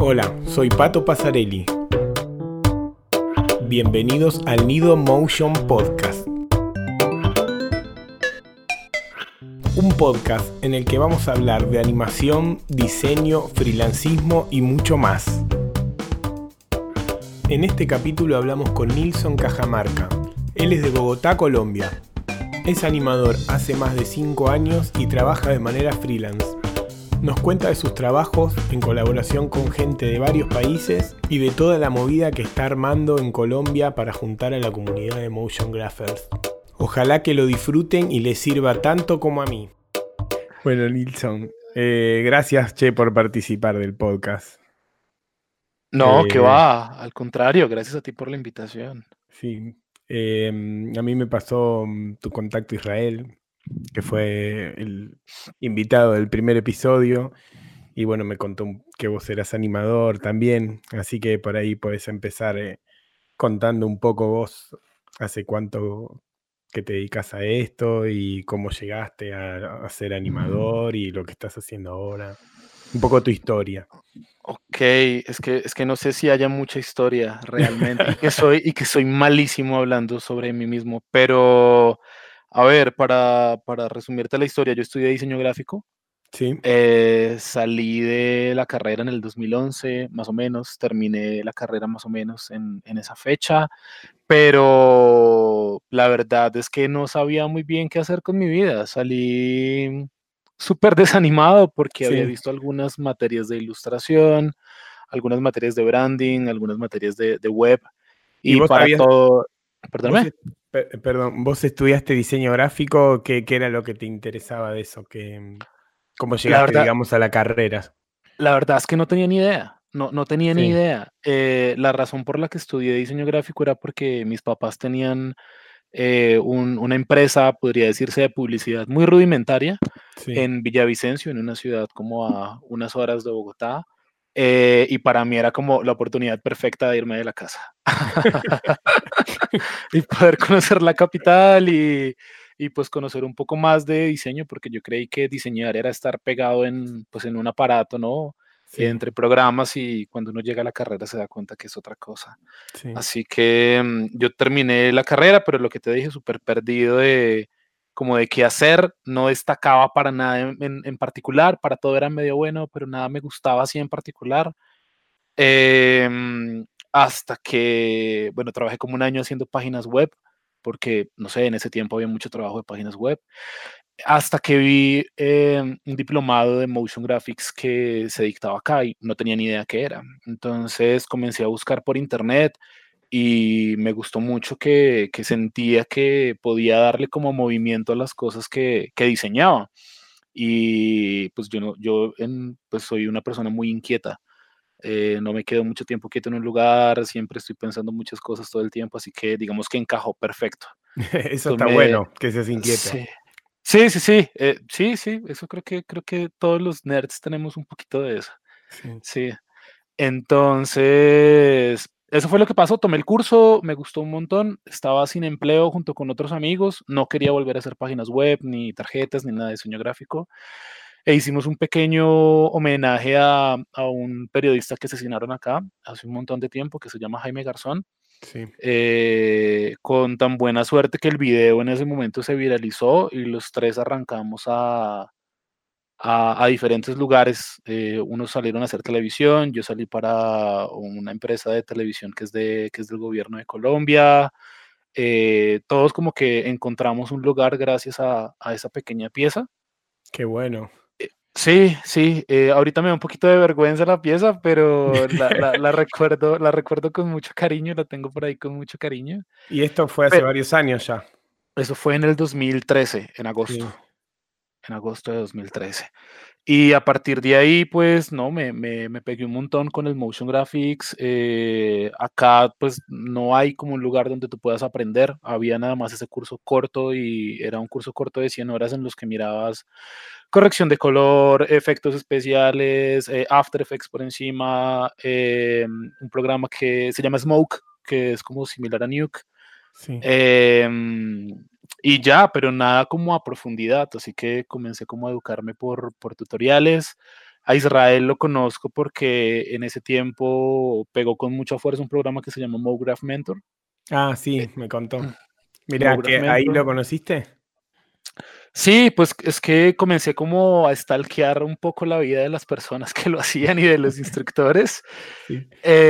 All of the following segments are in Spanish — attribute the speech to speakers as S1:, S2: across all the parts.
S1: Hola, soy Pato Pasarelli. Bienvenidos al Nido Motion Podcast. Un podcast en el que vamos a hablar de animación, diseño, freelancismo y mucho más. En este capítulo hablamos con Nilson Cajamarca. Él es de Bogotá, Colombia. Es animador hace más de 5 años y trabaja de manera freelance. Nos cuenta de sus trabajos en colaboración con gente de varios países y de toda la movida que está armando en Colombia para juntar a la comunidad de motion graphers. Ojalá que lo disfruten y les sirva tanto como a mí. Bueno, Nilson, gracias por participar del podcast.
S2: No, que va, al contrario, gracias a ti por la invitación.
S1: Sí, a mí me pasó tu contacto Israel, que fue el invitado del primer episodio. Y bueno, me contó que vos eras animador también, así que por ahí podés empezar contando un poco vos hace cuánto que te dedicas a esto y cómo llegaste a ser animador y lo que estás haciendo ahora. Un poco tu historia.
S2: Ok, es que no sé si haya mucha historia realmente y que soy malísimo hablando sobre mí mismo, pero a ver, para resumirte la historia, yo estudié diseño gráfico,
S1: Sí,
S2: salí de la carrera en el 2011, más o menos, terminé la carrera más o menos en esa fecha, pero la verdad es que no sabía muy bien qué hacer con mi vida. Salí súper desanimado porque había
S1: sí.
S2: visto algunas materias de ilustración, algunas materias de branding, algunas materias de web
S1: Y
S2: y
S1: vos
S2: para
S1: habías,
S2: todo,
S1: vos,
S2: perdóname.
S1: perdón, vos estudiaste diseño gráfico, ¿qué era lo que te interesaba de eso? ¿Cómo
S2: La
S1: llegaste,
S2: verdad,
S1: digamos, a la carrera?
S2: la verdad es que no tenía ni idea. No tenía ni
S1: Sí,
S2: idea. La razón por la que estudié diseño gráfico era porque mis papás tenían una empresa, podría decirse, de publicidad muy rudimentaria
S1: sí.
S2: en Villavicencio, en una ciudad como a unas horas de Bogotá. Y para mí era como la oportunidad perfecta de irme de la casa y poder conocer la capital y pues conocer un poco más de diseño, porque yo creí que diseñar era estar pegado pues en un aparato, ¿no?
S1: Sí,
S2: Entre programas, y cuando uno llega a la carrera se da cuenta que es otra cosa.
S1: sí.
S2: Así que yo terminé la carrera, pero lo que te dije, súper perdido de como de qué hacer, no destacaba para nada en particular, para todo era medio bueno, pero nada me gustaba así en particular. Hasta que, bueno, trabajé como un año haciendo páginas web, porque, no sé, en ese tiempo había mucho trabajo de páginas web, hasta que vi un diplomado de motion graphics que se dictaba acá y no tenía ni idea qué era. Entonces comencé a buscar por internet y me gustó mucho que sentía que podía darle como movimiento a las cosas que diseñaba. Y pues yo, no, pues soy una persona muy inquieta. No me quedo mucho tiempo quieto en un lugar, siempre estoy pensando muchas cosas todo el tiempo, así que digamos que encajó perfecto.
S1: Eso
S2: Esto
S1: está
S2: me,
S1: bueno, que seas inquieto.
S2: sí, sí, sí, sí, sí, sí, eso creo que todos los nerds tenemos un poquito de eso.
S1: Sí.
S2: Sí. Entonces, eso fue lo que pasó. Tomé el curso, me gustó un montón. Estaba sin empleo junto con otros amigos. No quería volver a hacer páginas web, ni tarjetas, ni nada de diseño gráfico. E hicimos un pequeño homenaje a un periodista que asesinaron acá hace un montón de tiempo, que se llama Jaime Garzón.
S1: Sí,
S2: Con tan buena suerte que el video en ese momento se viralizó y los tres arrancamos a diferentes lugares. Unos salieron a hacer televisión, yo salí para una empresa de televisión que es del gobierno de Colombia. Todos como que encontramos un lugar gracias a esa pequeña pieza.
S1: qué bueno.
S2: Sí, sí, ahorita me da un poquito de vergüenza la pieza, pero la recuerdo con mucho cariño, la tengo por ahí con mucho cariño.
S1: Y esto fue hace
S2: Pe-
S1: varios años ya.
S2: Eso fue en el 2013,
S1: Sí,
S2: en agosto de 2013. Y a partir de ahí, pues, no, me pegué un montón con el motion graphics. Acá, pues, no hay como un lugar donde tú puedas aprender. Había nada más ese curso corto y era un curso corto de 100 horas en los que mirabas corrección de color, efectos especiales, After Effects por encima, un programa que se llama Smoke, que es como similar a Nuke.
S1: sí.
S2: Y ya, pero nada como a profundidad, así que comencé como a educarme por tutoriales. A Israel lo conozco porque en ese tiempo pegó con mucha fuerza un programa que se llama MoGraph Mentor.
S1: Ah, sí, me contó. Mirá,
S2: MoGraph
S1: que ahí
S2: Mentor.
S1: lo conociste.
S2: Sí, pues es que comencé como a stalkear un poco la vida de las personas que lo hacían y de los instructores.
S1: Sí,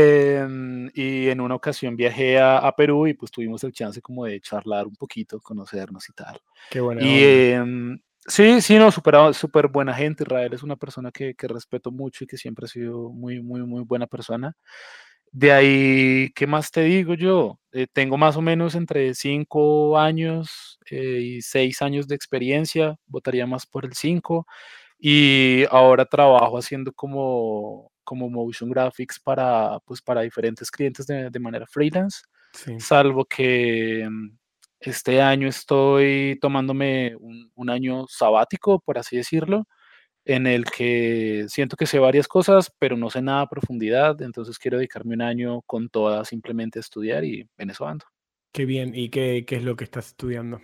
S2: Y en una ocasión viajé a Perú y pues tuvimos el chance como de charlar un poquito, conocernos y tal.
S1: qué buena
S2: Y
S1: onda.
S2: sí, sí, no, súper buena gente. Israel es una persona que respeto mucho y que siempre ha sido muy, muy, muy buena persona. De ahí, ¿qué más te digo yo? Tengo más o menos entre 5 años y 6 años de experiencia, votaría más por el 5. Y ahora trabajo haciendo como motion graphics pues, para diferentes clientes de manera freelance,
S1: Sí.
S2: salvo que este año estoy tomándome un año sabático, por así decirlo, en el que siento que sé varias cosas, pero no sé nada a profundidad, entonces quiero dedicarme un año con toda simplemente a estudiar y en eso ando.
S1: Qué bien. ¿Y qué es lo que estás estudiando?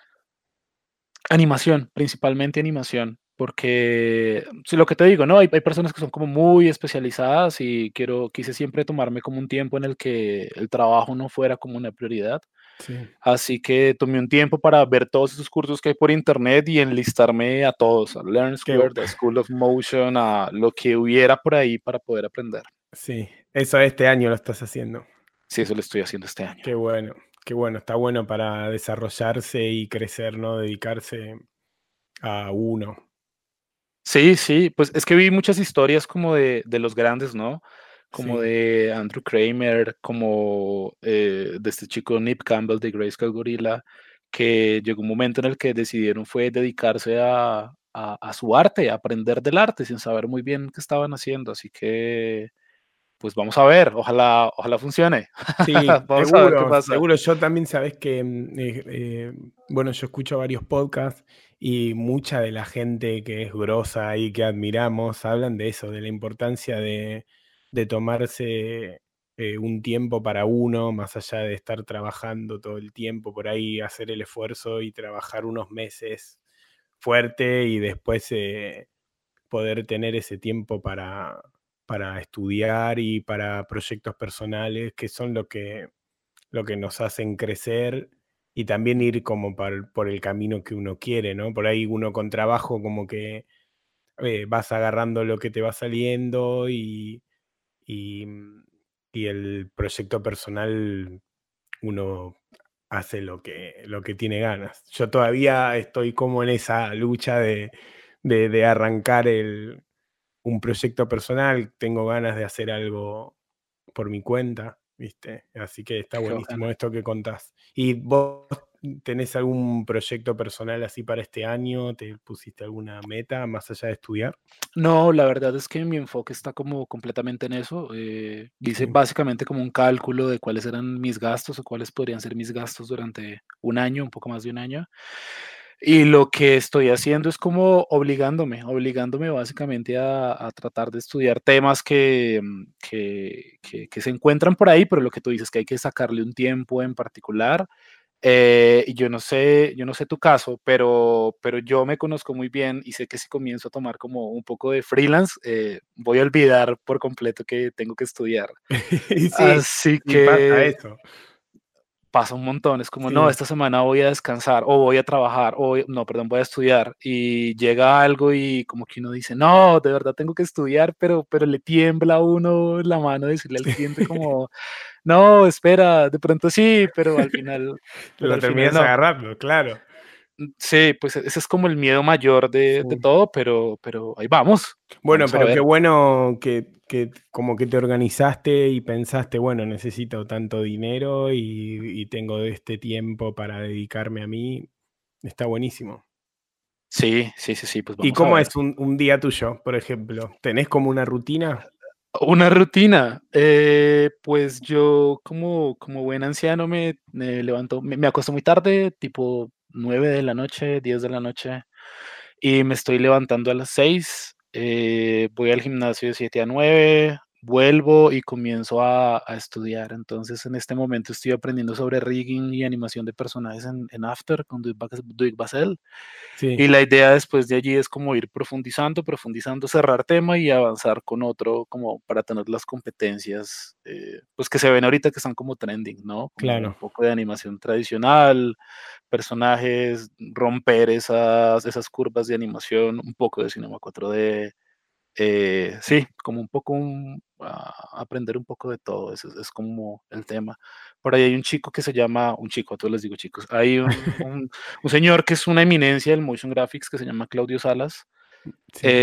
S2: Animación, principalmente animación, porque sí, lo que te digo, ¿no? Hay personas que son como muy especializadas y quise siempre tomarme como un tiempo en el que el trabajo no fuera como una prioridad.
S1: Sí,
S2: Así que tomé un tiempo para ver todos esos cursos que hay por internet y enlistarme a todos, a Learn
S1: qué,
S2: Squared, a School of Motion, a lo que hubiera por ahí para poder aprender.
S1: sí. Eso este año lo estás haciendo.
S2: Sí, eso lo estoy haciendo este año.
S1: Qué bueno, qué bueno. Está bueno para desarrollarse y crecer, ¿no? Dedicarse a uno.
S2: Sí, sí, pues es que vi muchas historias como de los grandes, ¿no? Como
S1: Sí,
S2: de Andrew Kramer, como de este chico Nip Campbell de Grayscale Gorilla, que llegó un momento en el que decidieron fue dedicarse a su arte, a aprender del arte sin saber muy bien qué estaban haciendo. Así que, pues vamos a ver, ojalá funcione.
S1: sí,
S2: Vamos a ver qué
S1: seguro,
S2: pasa.
S1: seguro. Yo también sabes que, bueno, yo escucho varios podcasts y mucha de la gente que es grosa y que admiramos hablan de eso, de la importancia de tomarse un tiempo para uno, más allá de estar trabajando todo el tiempo, por ahí hacer el esfuerzo y trabajar unos meses fuerte y después poder tener ese tiempo para estudiar y para proyectos personales, que son lo que nos hacen crecer y también ir como por el camino que uno quiere, ¿no? Por ahí uno con trabajo como que vas agarrando lo que te va saliendo y, y el proyecto personal uno hace lo que tiene ganas. Yo todavía estoy como en esa lucha de arrancar un proyecto personal, tengo ganas de hacer algo por mi cuenta, ¿viste? Así que está
S2: Qué
S1: buenísimo
S2: bacano.
S1: esto que contás. ¿Y vos tenés algún proyecto personal así para este año? ¿Te pusiste alguna meta más allá de estudiar?
S2: No, la verdad es que mi enfoque está como completamente en eso. Hice
S1: Sí,
S2: básicamente como un cálculo de cuáles eran mis gastos o cuáles podrían ser mis gastos durante un año, un poco más de un año. Y lo que estoy haciendo es como obligándome básicamente a tratar de estudiar temas que se encuentran por ahí, pero lo que tú dices que hay que sacarle un tiempo en particular. Y yo no sé tu caso, pero yo me conozco muy bien y sé que si comienzo a tomar como un poco de freelance, voy a olvidar por completo que tengo que estudiar.
S1: y sí,
S2: Así
S1: y pasa
S2: que
S1: eso.
S2: pasa un montón, es como, no,
S1: Sí,
S2: esta semana voy a descansar o voy a trabajar o no, perdón, voy a estudiar y llega algo y como que uno dice, no, de verdad tengo que estudiar, pero le tiembla a uno la mano decirle al cliente como, no, espera, de pronto sí, pero
S1: lo
S2: al final
S1: terminás
S2: no.
S1: agarrando, claro.
S2: Sí, pues ese es como el miedo mayor de
S1: Sí.
S2: todo, pero ahí vamos,
S1: Bueno,
S2: vamos a
S1: pero qué
S2: ver.
S1: bueno que como que te organizaste y pensaste, bueno, necesito tanto dinero y tengo este tiempo para dedicarme a mí. Está buenísimo.
S2: Sí, sí, sí, sí, pues
S1: ¿Y
S2: vamos a
S1: cómo
S2: ver.
S1: es un día tuyo, por ejemplo? ¿Tenés como una rutina?
S2: Una rutina, pues yo como buen anciano me levanto, me acuesto muy tarde, tipo 9 de la noche, 10 de la noche, y me estoy levantando a las 6, voy al gimnasio de 7 a 9, vuelvo y comienzo a estudiar. Entonces, en este momento estoy aprendiendo sobre rigging y animación de personajes en After con Duik Basel.
S1: Sí,
S2: Y la idea después de allí es como ir profundizando, cerrar tema y avanzar con otro, como para tener las competencias, pues que se ven ahorita que están como trending, ¿no? Como un
S1: claro.
S2: poco de animación tradicional, personajes, romper esas curvas de animación, un poco de Cinema 4D, sí, como un poco aprender un poco de todo, eso es como el tema. Por ahí hay un chico que se llama, un chico, a todos les digo chicos, hay un señor que es una eminencia del motion graphics que se llama Claudio Salas,
S1: Sí.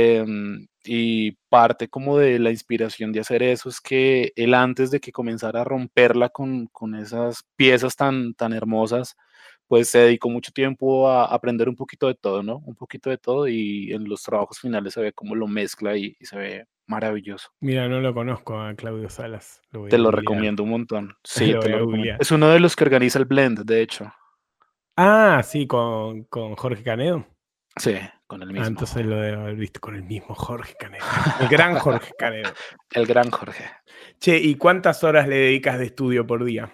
S2: y parte como de la inspiración de hacer eso es que él antes de que comenzara a romperla con esas piezas tan hermosas, pues se dedicó mucho tiempo a aprender un poquito de todo, ¿no? Un poquito de todo y en los trabajos finales se ve cómo lo mezcla y se ve maravilloso.
S1: Mira, no lo conozco a Claudio Salas. Lo voy a
S2: Te lo
S1: googlear.
S2: recomiendo un montón. Sí,
S1: Lo
S2: te
S1: voy
S2: lo
S1: a
S2: recomiendo.
S1: googlear.
S2: Es uno de los que organiza el Blend, de hecho.
S1: Ah, sí, con Jorge Canedo.
S2: Sí, con el
S1: Ah,
S2: mismo.
S1: entonces lo debo haber visto con el mismo Jorge Canedo. El gran Jorge Canedo.
S2: El gran Jorge.
S1: Che, ¿y cuántas horas le dedicas de estudio por día?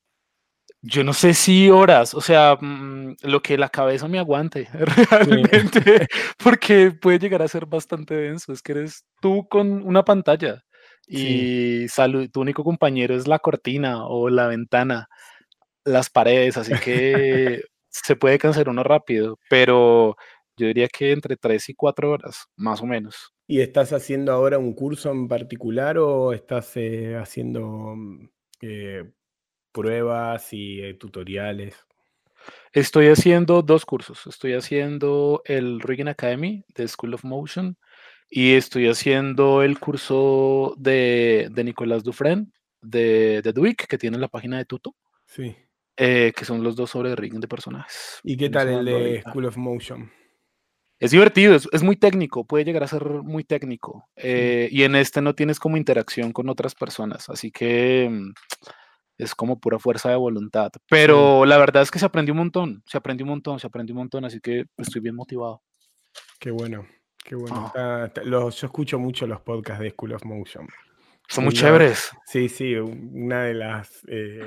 S2: Yo no sé si horas, o sea, lo que la cabeza me aguante
S1: Sí,
S2: realmente, porque puede llegar a ser bastante denso. Es que eres tú con una pantalla
S1: sí.
S2: y tu único compañero es la cortina o la ventana, las paredes, así que se puede cansar uno rápido, pero yo diría que entre 3 y 4 horas, más o menos.
S1: ¿Y estás haciendo ahora un curso en particular o estás haciendo eh, pruebas y tutoriales?
S2: Estoy haciendo 2 cursos. Estoy haciendo el Rigging Academy de School of Motion y estoy haciendo el curso de Nicolás Dufresne de Duik, que tiene la página de Tuto,
S1: Sí.
S2: que son los 2 sobre rigging de personajes.
S1: ¿Y qué
S2: En
S1: tal
S2: eso
S1: el
S2: ando
S1: de
S2: ahorita.
S1: School of Motion?
S2: Es divertido, es muy técnico, puede llegar a ser muy técnico,
S1: Sí,
S2: y en este no tienes como interacción con otras personas, así que, es como pura fuerza de voluntad.
S1: sí,
S2: Pero la verdad es que se aprendió un montón, se aprendió un montón, se aprendió un montón, así que estoy bien motivado.
S1: qué bueno, qué bueno.
S2: Ajá.
S1: Yo escucho mucho los podcasts de School of Motion.
S2: Son muy
S1: Uno,
S2: chéveres.
S1: sí, sí, una de las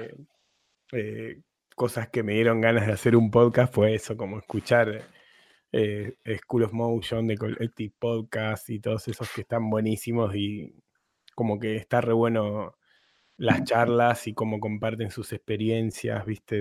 S1: eh, cosas que me dieron ganas de hacer un podcast fue eso, como escuchar School of Motion, de Collective Podcast y todos esos que están buenísimos y como que está re bueno las charlas y cómo comparten sus experiencias, viste,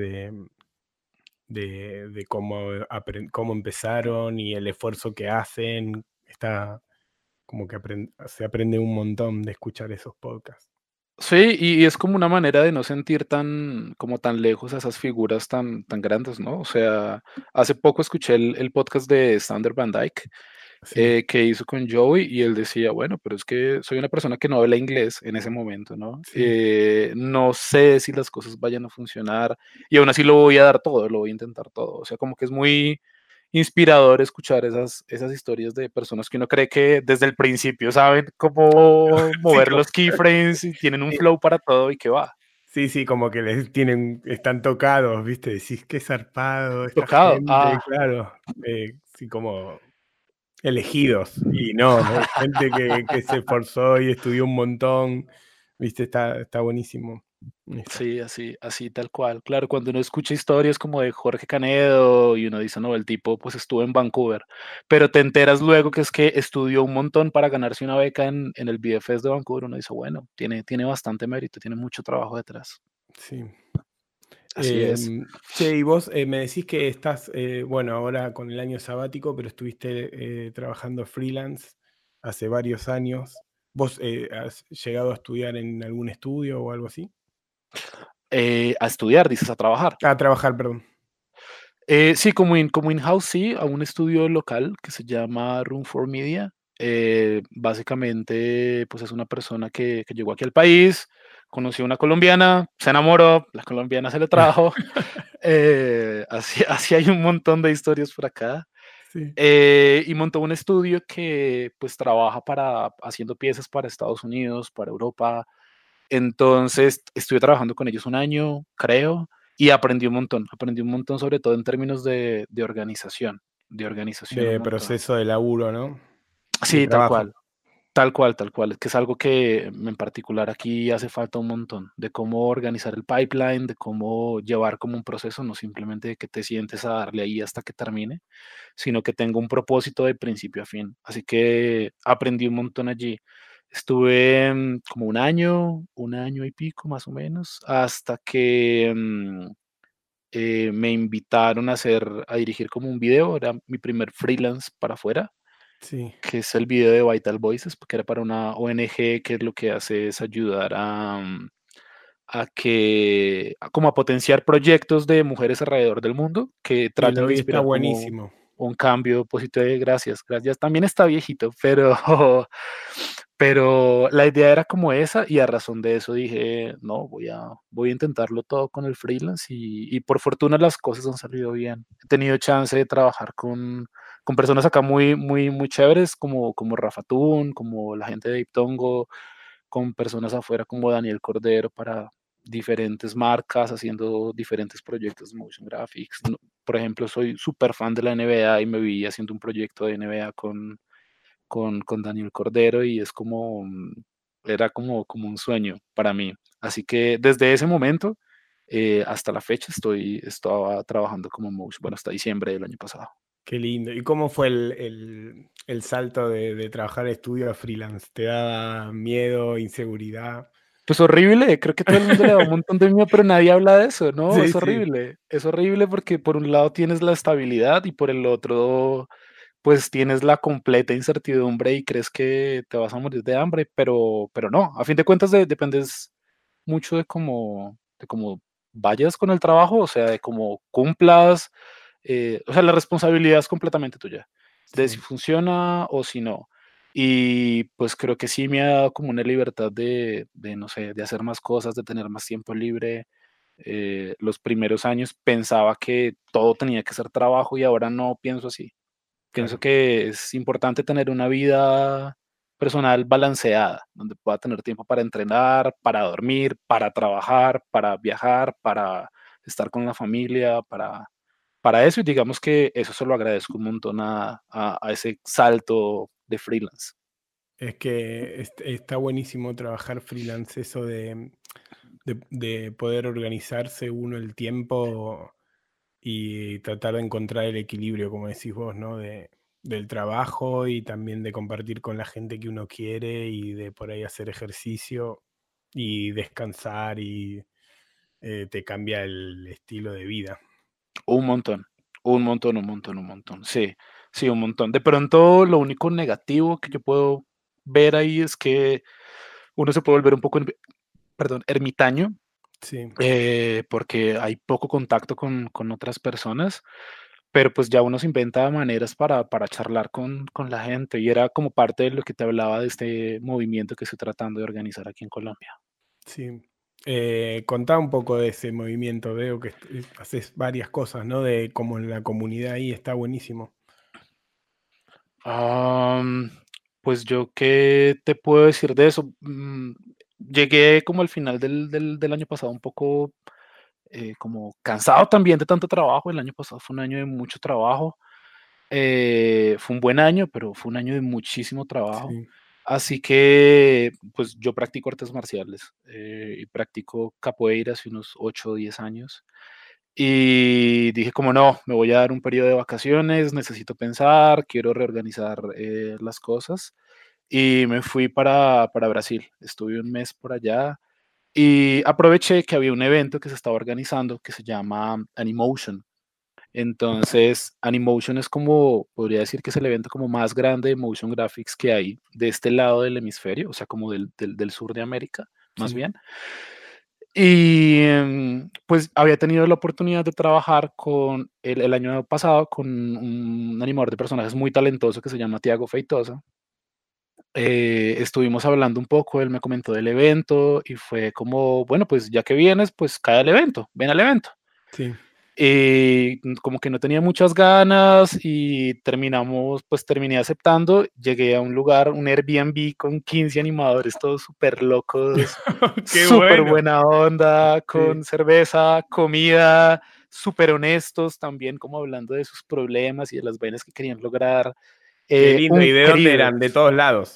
S1: de cómo, cómo empezaron y el esfuerzo que hacen. Está como que se aprende un montón de escuchar esos podcasts.
S2: Sí, y es como una manera de no sentir como tan lejos a esas figuras tan grandes, ¿no? O sea, hace poco escuché el podcast de Sander Van Dyke,
S1: Sí,
S2: que hizo con Joey y él decía, bueno, pero es que soy una persona que no habla inglés en ese momento, ¿no?
S1: sí,
S2: No sé si las cosas vayan a funcionar y aún así lo voy a dar todo, lo voy a intentar todo. O sea, como que es muy inspirador escuchar esas historias de personas que uno cree que desde el principio saben cómo
S1: sí,
S2: mover los keyframes y tienen un
S1: sí,
S2: flow para todo y que va.
S1: sí, sí, como que les tienen, están tocados, ¿viste? Decís, qué zarpado esta
S2: Tocado.
S1: gente, claro. Sí, como elegidos. Y no, es gente que se esforzó y estudió un montón, ¿viste? Está buenísimo eso.
S2: Sí, así tal cual. Claro, cuando uno escucha historias como de Jorge Canedo y uno dice, no, el tipo pues estuvo en Vancouver, pero te enteras luego que es que estudió un montón para ganarse una beca en el BFS de Vancouver, uno dice, bueno, tiene bastante mérito, tiene mucho trabajo detrás.
S1: Sí.
S2: Así es.
S1: Che, y vos me decís que estás, bueno, ahora con el año sabático, pero estuviste trabajando freelance hace varios años. ¿Vos has llegado a estudiar en algún estudio o algo así?
S2: A estudiar, dices, a trabajar.
S1: A trabajar, perdón.
S2: Sí, como in-house, sí, a un estudio local que se llama Room for Media. Básicamente, pues es una persona que llegó aquí al país, conoció a una colombiana, se enamoró, la colombiana se le trajo. Así hay un montón de historias por acá.
S1: Sí.
S2: Y montó un estudio que pues trabaja haciendo piezas para Estados Unidos, para Europa. Entonces, estuve trabajando con ellos un año, creo, y aprendí un montón sobre todo en términos de organización un
S1: De
S2: montón.
S1: proceso de laburo, ¿no? De
S2: Sí, tal
S1: trabajo.
S2: cual, Tal cual, que es algo que en particular aquí hace falta un montón, de cómo organizar el pipeline, de cómo llevar como un proceso, no simplemente de que te sientes a darle ahí hasta que termine, sino que tenga un propósito de principio a fin. Así que aprendí un montón allí. Estuve como un año y pico más o menos, hasta que me invitaron a dirigir como un video, era mi primer freelance para afuera,
S1: Sí,
S2: que es el video de Vital Voices, porque era para una ONG que lo que hace es ayudar como a potenciar proyectos de mujeres alrededor del mundo que
S1: sí,
S2: traten
S1: lo
S2: de
S1: vi, está
S2: inspirar como
S1: buenísimo.
S2: un cambio positivo. Gracias, gracias. También está viejito, pero, pero la idea era como esa y a razón de eso dije, no, voy a intentarlo todo con el freelance y por fortuna las cosas han salido bien. He tenido chance de trabajar con personas acá muy chéveres como Rafa Tun, como la gente de Iptongo, con personas afuera como Daniel Cordero para diferentes marcas haciendo diferentes proyectos de motion graphics. Por ejemplo, soy súper fan de la NBA y me vi haciendo un proyecto de NBA con Daniel Cordero y es como, era como un sueño para mí. Así que desde ese momento hasta la fecha estaba trabajando como motion, bueno, hasta diciembre del año pasado.
S1: Qué lindo. ¿Y cómo fue el salto de trabajar de estudio a freelance? ¿Te daba miedo, inseguridad?
S2: Pues horrible, creo que todo el mundo le da un montón de miedo, pero nadie habla de eso, ¿no?
S1: Sí, sí,
S2: Es horrible porque por un lado tienes la estabilidad y por el otro, pues tienes la completa incertidumbre y crees que te vas a morir de hambre, pero no, a fin de cuentas dependes mucho de cómo vayas con el trabajo, o sea, de cómo cumplas, o sea, la responsabilidad es completamente tuya, de si
S1: sí.
S2: funciona o si no. Y pues creo que sí me ha dado como una libertad no sé, de hacer más cosas, de tener más tiempo libre. Los primeros años pensaba que todo tenía que ser trabajo y ahora no pienso así. Pienso
S1: Claro.
S2: que es importante tener una vida personal balanceada, donde pueda tener tiempo para entrenar, para dormir, para trabajar, para viajar, para estar con la familia, para eso. Y digamos que eso se lo agradezco un montón a ese salto de freelance.
S1: Es que está buenísimo trabajar freelance, eso de poder organizarse uno el tiempo y tratar de encontrar el equilibrio, como decís vos, ¿no? Del trabajo y también de compartir con la gente que uno quiere y de por ahí hacer ejercicio y descansar y te cambia el estilo de vida.
S2: Un montón, un montón, un montón, un montón. Sí, sí, un montón. De pronto, lo único negativo que yo puedo ver ahí es que uno se puede volver un poco, perdón, ermitaño,
S1: Sí.
S2: porque hay poco contacto con otras personas, pero pues ya uno se inventa maneras para charlar con la gente y era como parte de lo que te hablaba de este movimiento que estoy tratando de organizar aquí en Colombia.
S1: Sí. Contá un poco de ese movimiento, veo que haces varias cosas, ¿no? De como en la comunidad ahí está buenísimo.
S2: Am, pues yo, ¿qué te puedo decir de eso? Llegué como al final del año pasado un poco como cansado también de tanto trabajo. El año pasado fue un año de mucho trabajo. Fue un buen año, pero fue un año de muchísimo trabajo.
S1: Sí,
S2: Así que, pues yo practico artes marciales y practico capoeira hace unos 8 o 10 años. Y dije como no, me voy a dar un periodo de vacaciones, necesito pensar, quiero reorganizar las cosas. Y me fui para Brasil. Estuve un mes por allá y aproveché que había un evento que se estaba organizando que se llama Animotion. Entonces, Animotion es como, podría decir que es el evento como más grande de motion graphics que hay de este lado del hemisferio, o sea, como del sur de América, más
S1: sí,
S2: bien. Y pues había tenido la oportunidad de trabajar el año pasado con un animador de personajes muy talentoso que se llama Tiago Feitosa. Estuvimos hablando un poco, él me comentó del evento y fue como, bueno, pues ya que vienes, pues cae al evento, ven al evento.
S1: sí.
S2: Como que no tenía muchas ganas y pues terminé aceptando. Llegué a un lugar, un Airbnb con 15 animadores, todos súper locos,
S1: Qué
S2: súper
S1: bueno.
S2: buena onda,
S1: Sí.
S2: con cerveza, comida, súper honestos también, como hablando de sus problemas y de las vainas que querían lograr.
S1: Qué lindo. ¿Y de dónde
S2: Queridos.
S1: eran? De todos lados.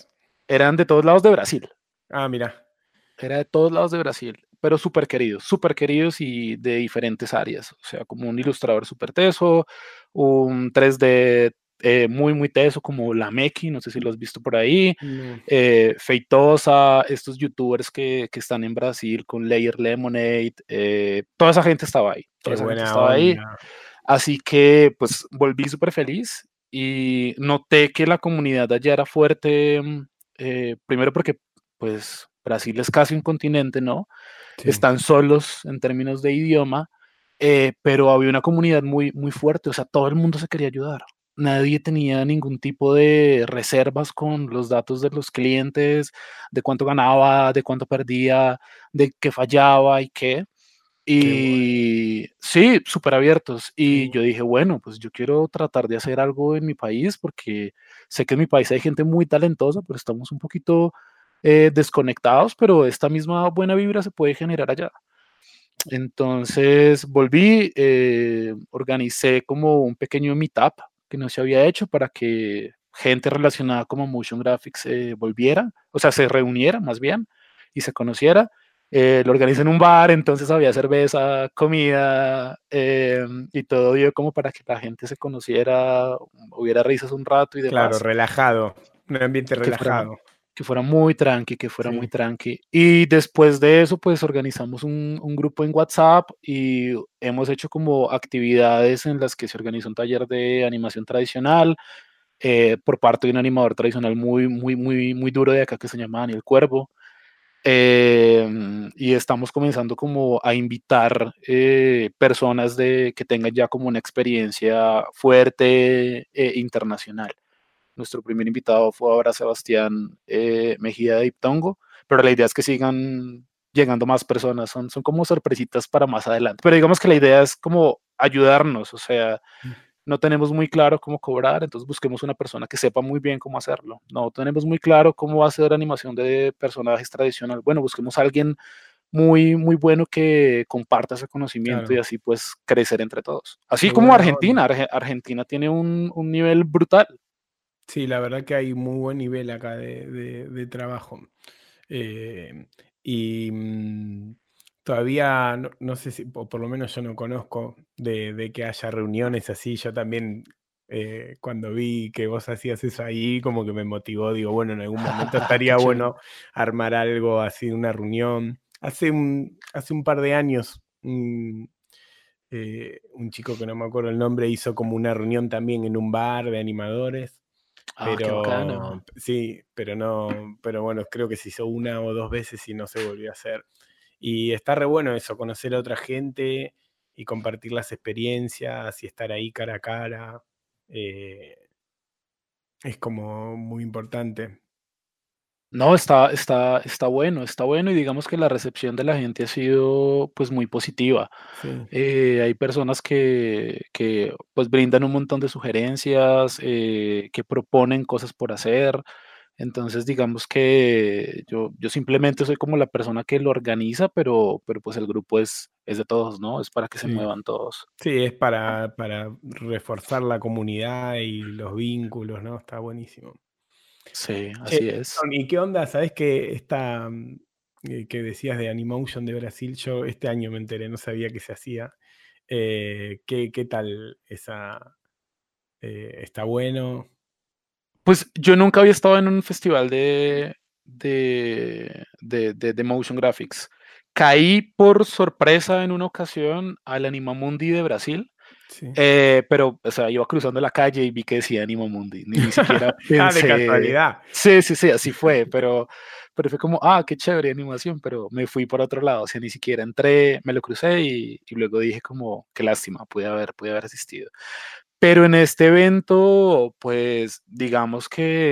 S2: eran de todos lados de Brasil.
S1: Ah, mira.
S2: Era de todos lados de Brasil, pero súper queridos y de diferentes áreas. O sea, como un ilustrador súper teso, un 3D muy teso, como la Meki, no sé si lo has visto por ahí.
S1: No.
S2: Feitosa, estos youtubers que están en Brasil con Layer Lemonade, toda esa gente estaba ahí, toda
S1: Qué
S2: esa gente
S1: buena
S2: estaba ahí.
S1: onda.
S2: Así que pues volví súper feliz y noté que la comunidad allá era fuerte, primero porque pues Brasil es casi un continente, ¿no?
S1: Sí,
S2: Están solos en términos de idioma, pero había una comunidad muy fuerte, o sea, todo el mundo se quería ayudar. Nadie tenía ningún tipo de reservas con los datos de los clientes, de cuánto ganaba, de cuánto perdía, de qué fallaba y qué.
S1: qué bueno.
S2: Y sí, súper abiertos. Y
S1: Sí,
S2: yo dije, bueno, pues yo quiero tratar de hacer algo en mi país porque sé que en mi país hay gente muy talentosa, pero estamos un poquito desconectados, pero esta misma buena vibra se puede generar allá. Entonces volví, organicé como un pequeño meetup que no se había hecho para que gente relacionada como motion graphics volviera, o sea, se reuniera más bien y se conociera. Lo organizé en un bar, entonces había cerveza, comida y todo dio como para que la gente se conociera, hubiera risas un rato y
S1: claro,
S2: demás,
S1: relajado. Un ambiente
S2: que fuera
S1: relajado.
S2: que fuera muy tranqui, que fuera muy
S1: Sí.
S2: tranqui. Y después de eso, pues organizamos un grupo en WhatsApp y hemos hecho como actividades en las que se organiza un taller de animación tradicional por parte de un animador tradicional muy duro de acá que se llama Daniel Cuervo. Y estamos comenzando como a invitar personas que tengan ya como una experiencia fuerte internacional. Nuestro primer invitado fue ahora Sebastián Mejía de Iptongo, pero la idea es que sigan llegando más personas, son como sorpresitas para más adelante. Pero digamos que la idea es como ayudarnos, o sea, no tenemos muy claro cómo cobrar, entonces busquemos una persona que sepa muy bien cómo hacerlo. No tenemos muy claro cómo hacer animación de personajes tradicional. Bueno, busquemos a alguien muy bueno que comparta ese conocimiento y
S1: Claro.
S2: así pues crecer entre todos. Así
S1: Qué
S2: como
S1: buena onda.
S2: Argentina, Argentina tiene un nivel brutal.
S1: Sí, la verdad que hay muy buen nivel acá de trabajo. Eh, y todavía no sé si, por lo menos yo no conozco de que haya reuniones así. Yo también, cuando vi que vos hacías eso ahí, como que me motivó. Digo, bueno, en algún momento
S2: Qué
S1: estaría
S2: chévere.
S1: bueno armar algo así, una reunión. Hace un par de años, un chico que no me acuerdo el nombre hizo como una reunión también en un bar de animadores.
S2: Ah, qué
S1: Pero
S2: bacano.
S1: sí, pero no, pero bueno, creo que se hizo una o dos veces y no se volvió a hacer. Y está re bueno eso, conocer a otra gente y compartir las experiencias y estar ahí cara a cara. eh, es como muy importante.
S2: No, está bueno y digamos que la recepción de la gente ha sido pues muy positiva.
S1: Sí,
S2: Hay personas que pues brindan un montón de sugerencias, que proponen cosas por hacer. Entonces digamos que yo simplemente soy como la persona que lo organiza, pero pues el grupo es de todos, ¿no? Es para que se
S1: sí.
S2: muevan todos.
S1: Sí, es para reforzar la comunidad y los vínculos, ¿no? Está buenísimo.
S2: Sí,
S1: Che,
S2: así es.
S1: ¿y qué onda? ¿Sabés que esta que decías de Animotion de Brasil? Yo este año me enteré, no sabía que se hacía. ¿Qué tal esa? ¿Está bueno?
S2: Pues yo nunca había estado en un festival de motion graphics. Caí por sorpresa en una ocasión al Animamundi de Brasil,
S1: Sí.
S2: pero, o sea, iba cruzando la calle y vi que decía Animamundi, ni siquiera
S1: Ah, de
S2: pensé,
S1: casualidad.
S2: sí, así fue, pero fue como, ah, qué chévere animación, pero me fui por otro lado, o sea, ni siquiera entré, me lo crucé y luego dije como, qué lástima, pude haber asistido. Pero en este evento, pues digamos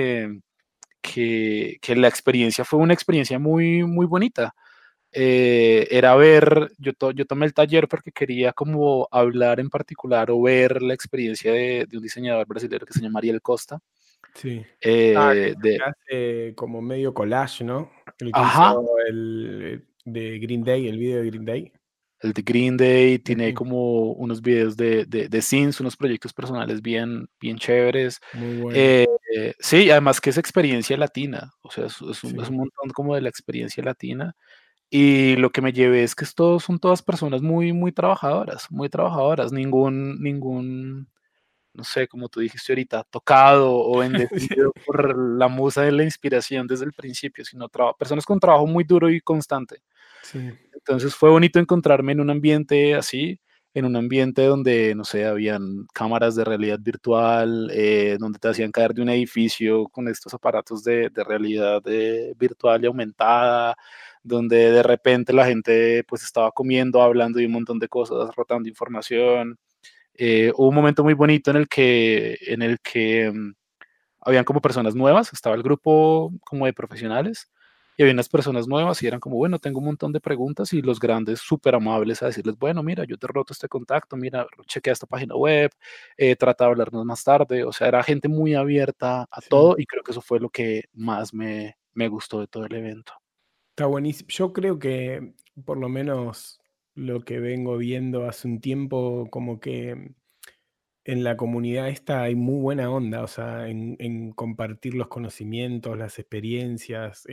S2: que la experiencia fue una experiencia muy bonita. Era ver, yo tomé el taller porque quería como hablar en particular o ver la experiencia de un diseñador brasileño que se llama Ariel Costa.
S1: Sí. Ah,
S2: eh,
S1: que
S2: de,
S1: hace como medio collage, ¿no? El que hizo
S2: ajá,
S1: el de Green Day, el video de Green Day.
S2: el de Green Day, tiene
S1: Ujú.
S2: como unos videos de synths, unos proyectos personales bien, bien chéveres.
S1: Muy bueno.
S2: Eh, sí, además que es experiencia latina, o sea, es
S1: Sí,
S2: un montón como de la experiencia latina. Y lo que me llevé es que estos son todas personas muy, muy trabajadoras, ningún, no sé, como tú dijiste ahorita, tocado o
S1: sí,
S2: bendecido por la musa de la inspiración desde el principio, sino personas con trabajo muy duro y constante.
S1: sí,
S2: Entonces fue bonito encontrarme en un ambiente así, en un ambiente donde, no sé, habían cámaras de realidad virtual, donde te hacían caer de un edificio con estos aparatos de realidad virtual y aumentada, donde de repente la gente pues estaba comiendo, hablando de un montón de cosas, rotando información. Hubo un momento muy bonito en el que habían como personas nuevas, estaba el grupo como de profesionales y había unas personas nuevas y eran como, bueno, tengo un montón de preguntas y los grandes súper amables a decirles, bueno, mira, yo te roto este contacto, mira, chequea esta página web, trata de hablarnos más tarde, o sea, era gente muy abierta a
S1: sí.
S2: todo y creo que eso fue lo que más me gustó de todo el evento.
S1: Está buenísimo. Yo creo que por lo menos lo que vengo viendo hace un tiempo, como que en la comunidad esta hay muy buena onda, o sea, en compartir los conocimientos, las experiencias.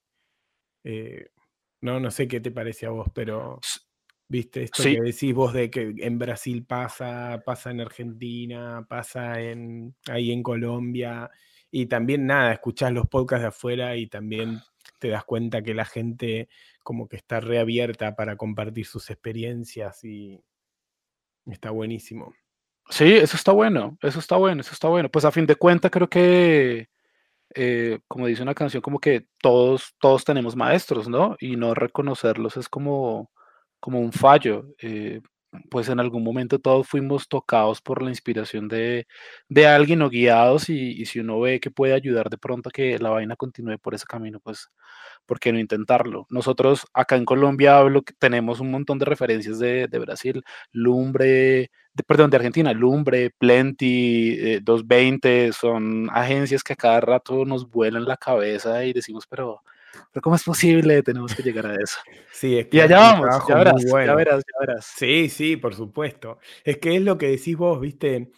S1: Eh, no sé qué te parece a vos, pero
S2: S-
S1: viste esto que
S2: Sí,
S1: decís vos de que en Brasil pasa en Argentina, ahí en Colombia, y también nada, escuchás los podcasts de afuera y también te das cuenta que la gente como que está reabierta para compartir sus experiencias y está buenísimo.
S2: sí, eso está bueno, eso está bueno, eso está bueno. Pues a fin de cuentas creo que como dice una canción, como que todos tenemos maestros, ¿no? Y no reconocerlos es como un fallo. Pues en algún momento todos fuimos tocados por la inspiración de alguien o guiados y si uno ve que puede ayudar de pronto a que la vaina continúe por ese camino, pues, ¿por qué no intentarlo? Nosotros acá en Colombia hablo que tenemos un montón de referencias de Brasil, Lumbre, perdón, de Argentina, Lumbre, Plenty, 220, son agencias que a cada rato nos vuelan la cabeza y decimos, pero ¿cómo es posible? Tenemos que llegar a eso.
S1: Sí, es
S2: Y
S1: que
S2: allá
S1: hace un
S2: vamos,
S1: trabajo muy bueno.
S2: ya verás.
S1: Sí, sí, por supuesto. Es que es lo que decís vos, ¿viste?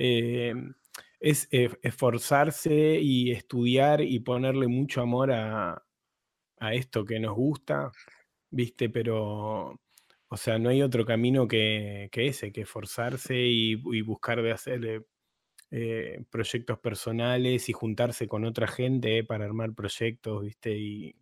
S1: Es esforzarse y estudiar y ponerle mucho amor a esto que nos gusta, ¿viste? Pero, o sea, no hay otro camino que ese, que esforzarse y buscar de hacer proyectos personales y juntarse con otra gente para armar proyectos, ¿viste?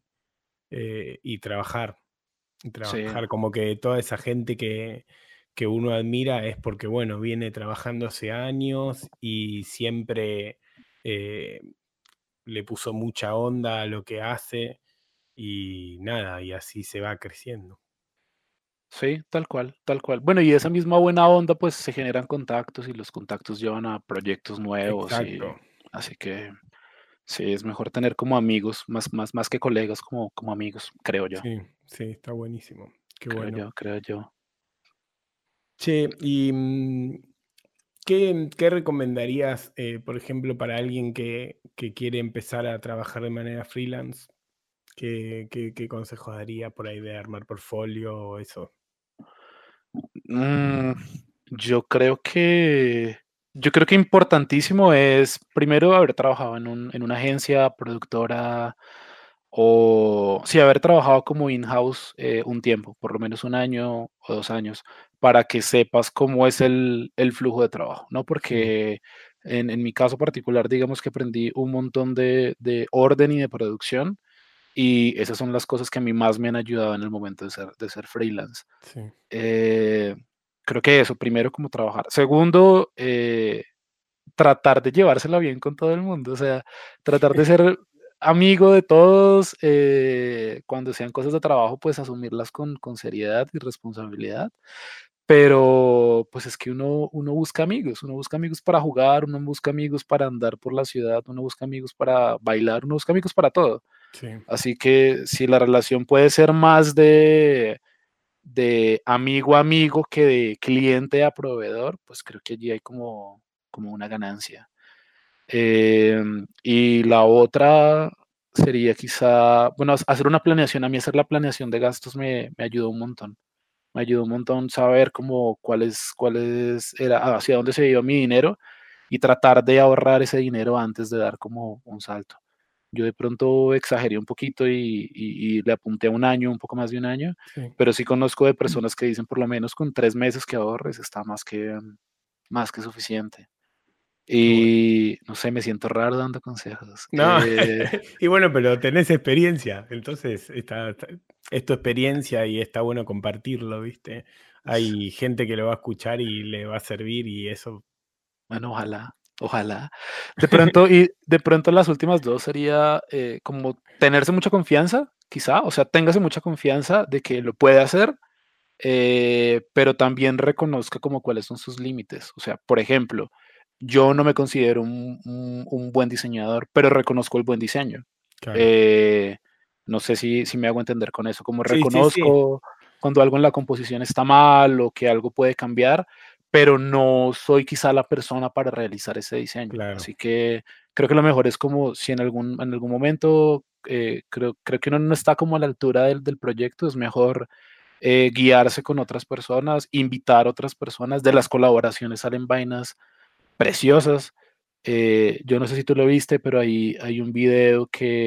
S1: Y trabajar. Y
S2: Sí,
S1: trabajar, como que toda esa gente que uno admira es porque, bueno, viene trabajando hace años y siempre eh, le puso mucha onda a lo que hace y nada, y así se va creciendo.
S2: sí, tal cual, tal cual. Bueno, y esa misma buena onda, pues se generan contactos y los contactos llevan a proyectos nuevos y
S1: Exacto.
S2: así que sí, es mejor tener como amigos, más que colegas, como amigos,
S1: Sí, sí, está buenísimo. Qué
S2: creo
S1: bueno.
S2: yo, creo yo.
S1: Che, y ¿qué recomendarías, por ejemplo, para alguien que quiere empezar a trabajar de manera freelance? ¿Qué consejos daría por ahí de armar portfolio o eso?
S2: Mm, yo creo que yo creo que importantísimo es primero haber trabajado en una agencia productora o sí, haber trabajado como in-house un tiempo, por lo menos un año o 2 años, para que sepas cómo es el flujo de trabajo, ¿no?
S1: Sí,
S2: Porque en mi caso particular, digamos que aprendí un montón de orden y de producción y esas son las cosas que a mí más me han ayudado en el momento de ser freelance.
S1: sí.
S2: Eh, Creo que eso, primero, como trabajar. Segundo, tratar de llevársela bien con todo el mundo, o sea, tratar de ser amigo de todos, cuando sean cosas de trabajo, pues asumirlas con seriedad y responsabilidad. Pero pues es que uno busca amigos para jugar, uno busca amigos para andar por la ciudad, uno busca amigos para bailar, uno busca amigos para todo.
S1: Sí,
S2: Así que si la relación puede ser más de amigo a amigo que de cliente a proveedor, pues creo que allí hay como una ganancia. Y la otra sería quizá, bueno, hacer una planeación. A mí hacer la planeación de gastos me ayudó un montón. Me ayudó un montón saber como era, hacia dónde se iba mi dinero y tratar de ahorrar ese dinero antes de dar como un salto. Yo de pronto exageré un poquito y le apunté a un año, un poco más de un año,
S1: Sí.
S2: pero sí conozco de personas que dicen por lo menos con 3 meses que ahorres está más que suficiente.
S1: Qué bueno.
S2: Y no sé, me siento raro dando consejos.
S1: No, y bueno, pero tenés experiencia, entonces es tu experiencia y está bueno compartirlo, ¿viste? Hay gente que lo va a escuchar y le va a servir y eso.
S2: Bueno, ojalá, ojalá. De pronto las últimas dos sería como tenerse mucha confianza, quizá, o sea, téngase mucha confianza de que lo puede hacer, pero también reconozca como cuáles son sus límites. O sea, por ejemplo, yo no me considero un buen diseñador, pero reconozco el buen diseño.
S1: Claro.
S2: Eh, no sé si me hago entender con eso, como
S1: Sí, sí, sí,
S2: reconozco cuando algo en la composición está mal o que algo puede cambiar, pero no soy quizá la persona para realizar ese diseño.
S1: claro.
S2: Así que creo que lo mejor es como si en algún momento creo que uno no está como a la altura del proyecto, es mejor guiarse con otras personas, invitar a otras personas. De las colaboraciones salen vainas preciosas. Yo no sé si tú lo viste, pero hay un video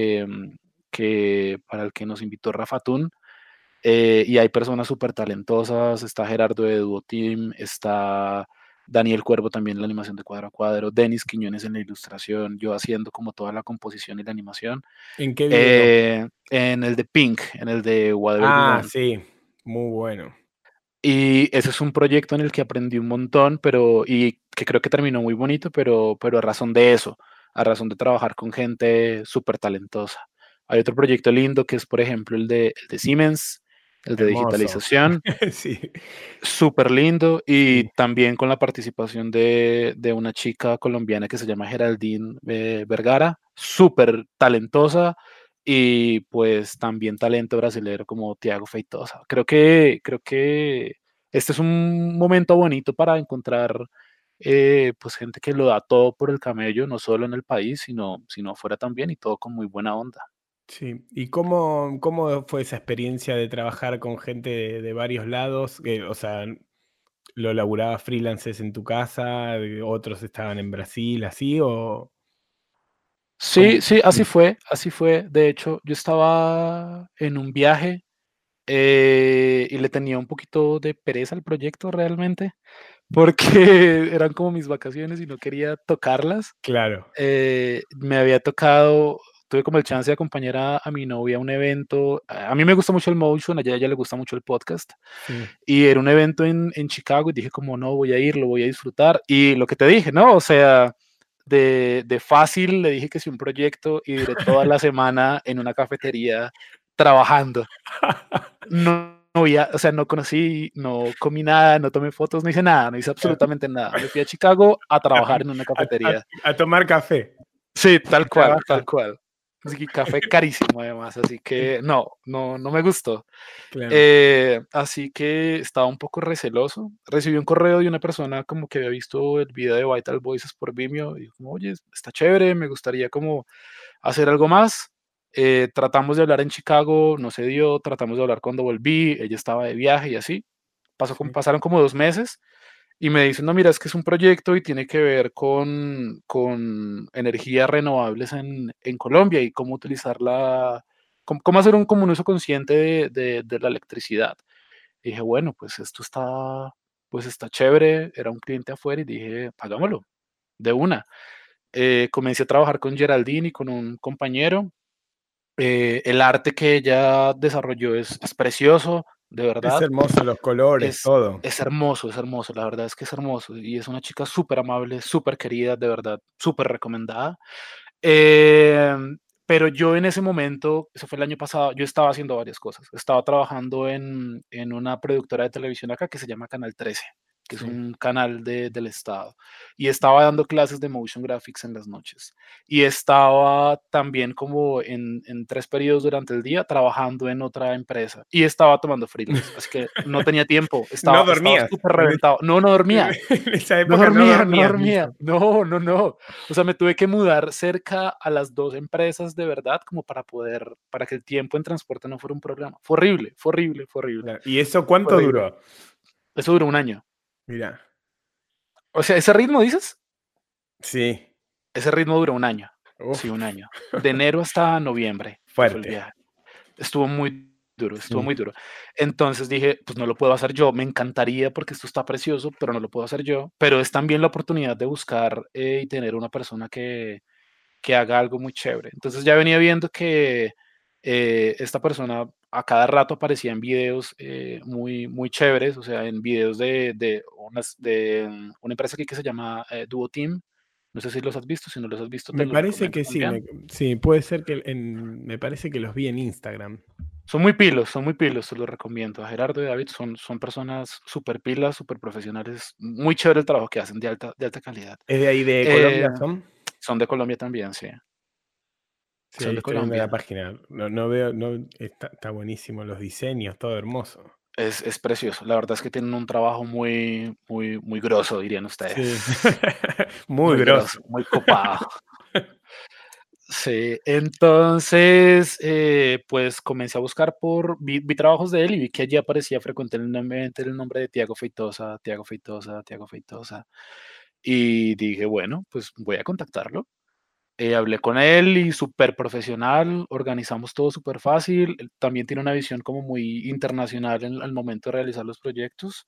S2: que para el que nos invitó Rafa Tun, y hay personas súper talentosas. Está Gerardo de Duo Team, está Daniel Cuervo también en la animación de cuadro a cuadro, Denis Quiñones en la ilustración, yo haciendo como toda la composición y la animación.
S1: ¿En qué video?
S2: En el de Pink, en el de Whatever You
S1: Ah,
S2: Want.
S1: sí, muy bueno.
S2: Y ese es un proyecto en el que aprendí un montón, y que creo que terminó muy bonito, pero a razón de eso, a razón de trabajar con gente súper talentosa. Hay otro proyecto lindo que es, por ejemplo, el de Siemens, el de
S1: Hermoso.
S2: digitalización,
S1: Sí,
S2: súper lindo, y
S1: sí.
S2: también con la participación de una chica colombiana que se llama Geraldine Vergara, súper talentosa, y pues también talento brasilero como Thiago Feitosa. Creo que este es un momento bonito para encontrar pues gente que lo da todo por el camello, no solo en el país, sino afuera también, y todo con muy buena onda.
S1: Sí. ¿Y cómo fue esa experiencia de trabajar con gente de varios lados? O sea, ¿lo laburabas freelances en tu casa? ¿Otros estaban en Brasil, así? ¿O cómo?
S2: Sí, sí, así
S1: Mm,
S2: fue, así fue. De hecho, yo estaba en un viaje y le tenía un poquito de pereza al proyecto realmente, porque eran como mis vacaciones y no quería tocarlas.
S1: claro,
S2: Me había tocado, tuve como el chance de acompañar a mi novia a un evento. A mí me gusta mucho el motion, a ella le gusta mucho el podcast.
S1: sí.
S2: Y era un evento en Chicago y dije como no, voy a ir, lo voy a disfrutar. Y lo que te dije, ¿no? O sea, de fácil le dije que sí un proyecto y duré toda la semana en una cafetería trabajando. No había, o sea, no conocí, no comí nada, no tomé fotos, no hice nada, no hice absolutamente nada. Me fui a Chicago a trabajar en una cafetería.
S1: A tomar café
S2: Sí,
S1: y
S2: tal cual, tal
S1: trabajar.
S2: cual. Así que café carísimo además, así que no, no, no me gustó.
S1: Claro,
S2: Así que estaba un poco receloso. Recibí un correo de una persona como que había visto el video de Vital Voices por Vimeo y dijo como, oye, está chévere, me gustaría como hacer algo más. Tratamos de hablar en Chicago, no se dio, tratamos de hablar cuando volví, ella estaba de viaje y así.
S1: sí.
S2: Pasaron como 2 meses y me dicen, no, mira, es que es un proyecto y tiene que ver con energías renovables en Colombia y cómo utilizarla, cómo hacer como un uso consciente de la electricidad. Y dije, bueno, pues está chévere, era un cliente afuera y dije, hagámoslo, de una. Comencé a trabajar con Geraldine y con un compañero. El arte que ella desarrolló es precioso, de
S1: Es
S2: verdad.
S1: hermoso los colores,
S2: Es,
S1: todo.
S2: es hermoso, la verdad es que es hermoso. Y es una chica súper amable, súper querida, de verdad, súper recomendada. Pero yo en ese momento, eso fue el año pasado, yo estaba haciendo varias cosas. Estaba trabajando en una productora de televisión acá que se llama Canal 13, que es
S1: Sí.
S2: un canal del Estado, y estaba dando clases de motion graphics en las noches. Y estaba también como en 3 periodos durante el día trabajando en otra empresa, y estaba tomando freelance, así que no tenía tiempo,
S1: No
S2: estaba
S1: dormías.
S2: súper reventado. No, no dormía.
S1: En esa
S2: No
S1: época no
S2: dormía, no
S1: dormías,
S2: dormía.
S1: Nilsson.
S2: No, no, no. O sea, me tuve que mudar cerca a las 2 empresas de verdad, como para que el tiempo en transporte no fuera un problema. Fue horrible, fue horrible, fue horrible,
S1: Claro. ¿Y eso
S2: fue
S1: cuánto
S2: horrible.
S1: duró?
S2: Eso duró un año.
S1: Mira,
S2: O sea, ¿ese ritmo dices?
S1: sí.
S2: Ese ritmo duró un año. Sí, un
S1: Uf,
S2: año. De enero hasta noviembre, que fue el
S1: fuerte.
S2: viaje. Estuvo muy duro, estuvo
S1: Sí.
S2: muy duro. Entonces dije, pues no lo puedo hacer yo, me encantaría porque esto está precioso, pero no lo puedo hacer yo. Pero es también la oportunidad de buscar y tener una persona que haga algo muy chévere. Entonces ya venía viendo que esta persona a cada rato aparecía en videos muy, muy chéveres, o sea, en videos de una empresa aquí que se llama Duo Team. No sé si los has visto, si no los has visto te
S1: Me
S2: los
S1: parece
S2: recomiendo
S1: que sí,
S2: también.
S1: sí, puede ser que me parece que los vi en Instagram.
S2: Son muy pilos, te los recomiendo. A Gerardo y David son personas súper pilas, súper profesionales, muy chévere el trabajo que hacen, de alta calidad.
S1: ¿Es de ahí de
S2: Eh,
S1: Colombia son?
S2: Son de Colombia también, sí,
S1: Sí,
S2: son
S1: ahí
S2: de
S1: estoy viendo la
S2: Colombia.
S1: página. No, no veo, no, está buenísimo los diseños, todo hermoso.
S2: Es precioso. La verdad es que tienen un trabajo muy, muy, muy grosso, dirían
S1: Sí,
S2: ustedes.
S1: muy
S2: Muy
S1: grosso.
S2: grosso, muy copado. Sí, entonces, pues comencé a buscar vi trabajos de él y vi que allí aparecía frecuentemente el nombre de Tiago Feitosa, Tiago Feitosa, Tiago Feitosa. Y dije, bueno, pues voy a contactarlo. Hablé con él y súper profesional, organizamos todo súper fácil. Él también tiene una visión como muy internacional al momento de realizar los proyectos.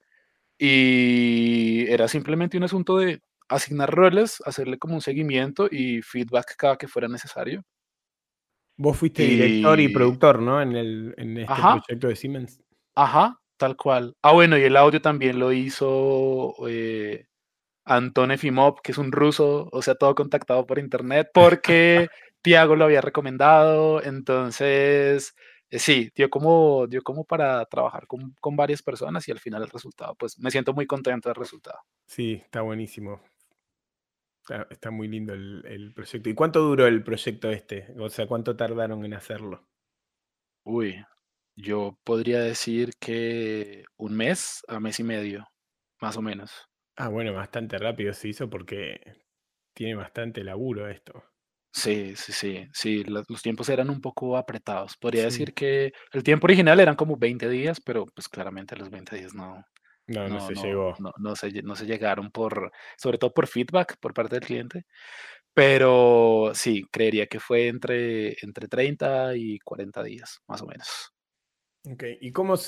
S2: Y era simplemente un asunto de asignar roles, hacerle como un seguimiento y feedback cada que fuera necesario.
S1: Vos fuiste director y
S2: Y
S1: productor, ¿no? En este
S2: ajá,
S1: proyecto de Siemens.
S2: ajá, tal cual. Ah, bueno, y el audio también lo hizo Anton Efimov, que es un ruso, o sea, todo contactado por internet, porque Tiago lo había recomendado. Entonces, sí, dio como para trabajar con varias personas y al final el resultado, pues me siento muy contento del resultado.
S1: Sí, está buenísimo. Está muy lindo el proyecto. ¿Y cuánto duró el proyecto este? O sea, ¿cuánto tardaron en hacerlo?
S2: Uy, yo podría decir que un mes a mes y medio, más o menos.
S1: Ah, bueno, bastante rápido se hizo porque tiene bastante laburo esto.
S2: Sí, sí, sí, sí, los tiempos eran un poco apretados. Podría
S1: Sí.
S2: decir que el tiempo original eran como 20 días, pero pues claramente los 20 días
S1: No, no se llegó.
S2: no se llegaron sobre todo por feedback por parte del cliente. Pero sí, creería que fue entre 30 y 40 días, más o menos.
S1: Ok. ¿Y cómo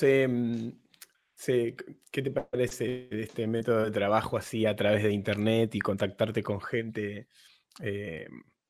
S1: qué te parece de este método de trabajo así a través de internet y contactarte con gente? Eh,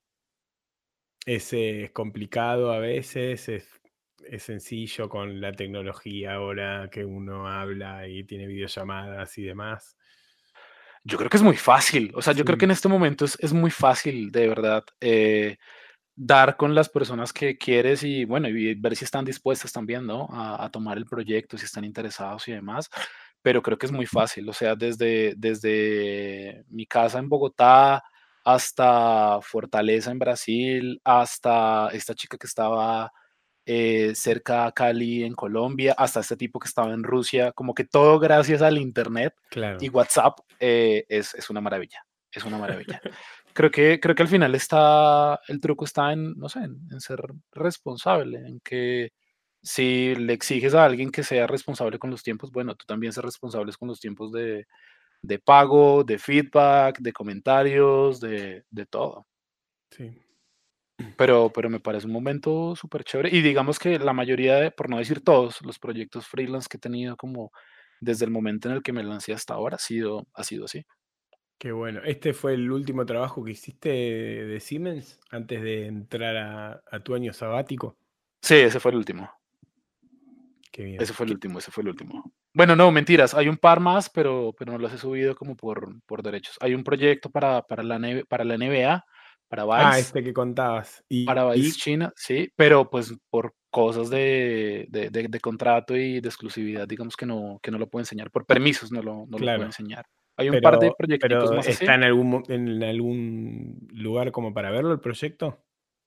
S1: es complicado a veces, es sencillo con la tecnología ahora que uno habla y tiene videollamadas y demás.
S2: Yo creo que es muy fácil, o sea, yo creo que
S1: Sí,
S2: en este momento es muy fácil, de verdad, dar con las personas que quieres y bueno, y ver si están dispuestas también, ¿no? A tomar el proyecto, si están interesados y demás. Pero creo que es muy fácil, o sea, desde mi casa en Bogotá hasta Fortaleza en Brasil, hasta esta chica que estaba cerca a Cali en Colombia, hasta este tipo que estaba en Rusia, como que todo gracias al Internet y
S1: claro.
S2: WhatsApp es una maravilla, es una maravilla. Creo que al final el truco está en, no sé, en ser responsable, en que si le exiges a alguien que sea responsable con los tiempos, bueno, tú también ser responsable con los tiempos de pago, de feedback, de comentarios, de todo.
S1: Sí.
S2: Pero me parece un momento súper chévere. Y digamos que la mayoría por no decir todos, los proyectos freelance que he tenido como desde el momento en el que me lancé hasta ahora ha sido así.
S1: Qué bueno. ¿Este fue el último trabajo que hiciste de Siemens antes de entrar a tu año sabático?
S2: Sí, ese fue el último.
S1: Qué bien.
S2: Ese fue el último, ese fue el último. Bueno, no, mentiras, hay un par más, pero no los he subido como por derechos. Hay un proyecto para la NBA, para
S1: Ah,
S2: Vice,
S1: este que contabas.
S2: para Vice China, sí, pero pues por cosas de contrato y de exclusividad, digamos que no lo puedo enseñar, por permisos no lo puedo
S1: claro.
S2: enseñar. Hay un par de proyecticos
S1: Pero
S2: más así.
S1: ¿está en algún lugar como para verlo el proyecto?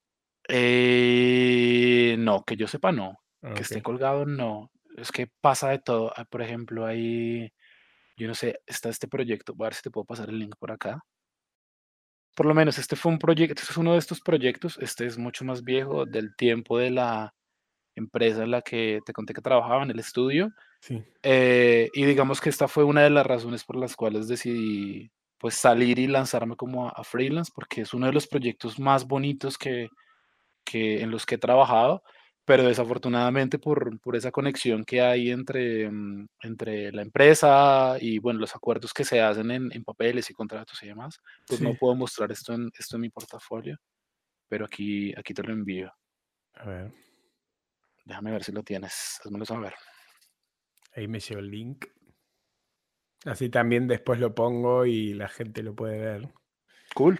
S2: No, que yo sepa, no.
S1: Ah,
S2: Que esté
S1: okey.
S2: colgado, no. Es que pasa de todo. Ah, por ejemplo, yo no sé, está este proyecto, voy a ver si te puedo pasar el link por acá. Por lo menos este fue un proyecto, este es uno de estos proyectos, este es mucho más viejo del tiempo de la empresa en la que te conté que trabajaba, en el estudio.
S1: Sí,
S2: Y digamos que esta fue una de las razones por las cuales decidí pues salir y lanzarme como a freelance, porque es uno de los proyectos más bonitos en los que he trabajado, pero desafortunadamente por esa conexión que hay entre la empresa y bueno, los acuerdos que se hacen en papeles y contratos y demás, pues no
S1: sí.
S2: puedo mostrar esto en mi portafolio, pero aquí te lo envío.
S1: A ver,
S2: Déjame ver si lo tienes, házmelo saber.
S1: ahí me llegó el link. Así también después lo pongo y la gente lo puede ver.
S2: Cool.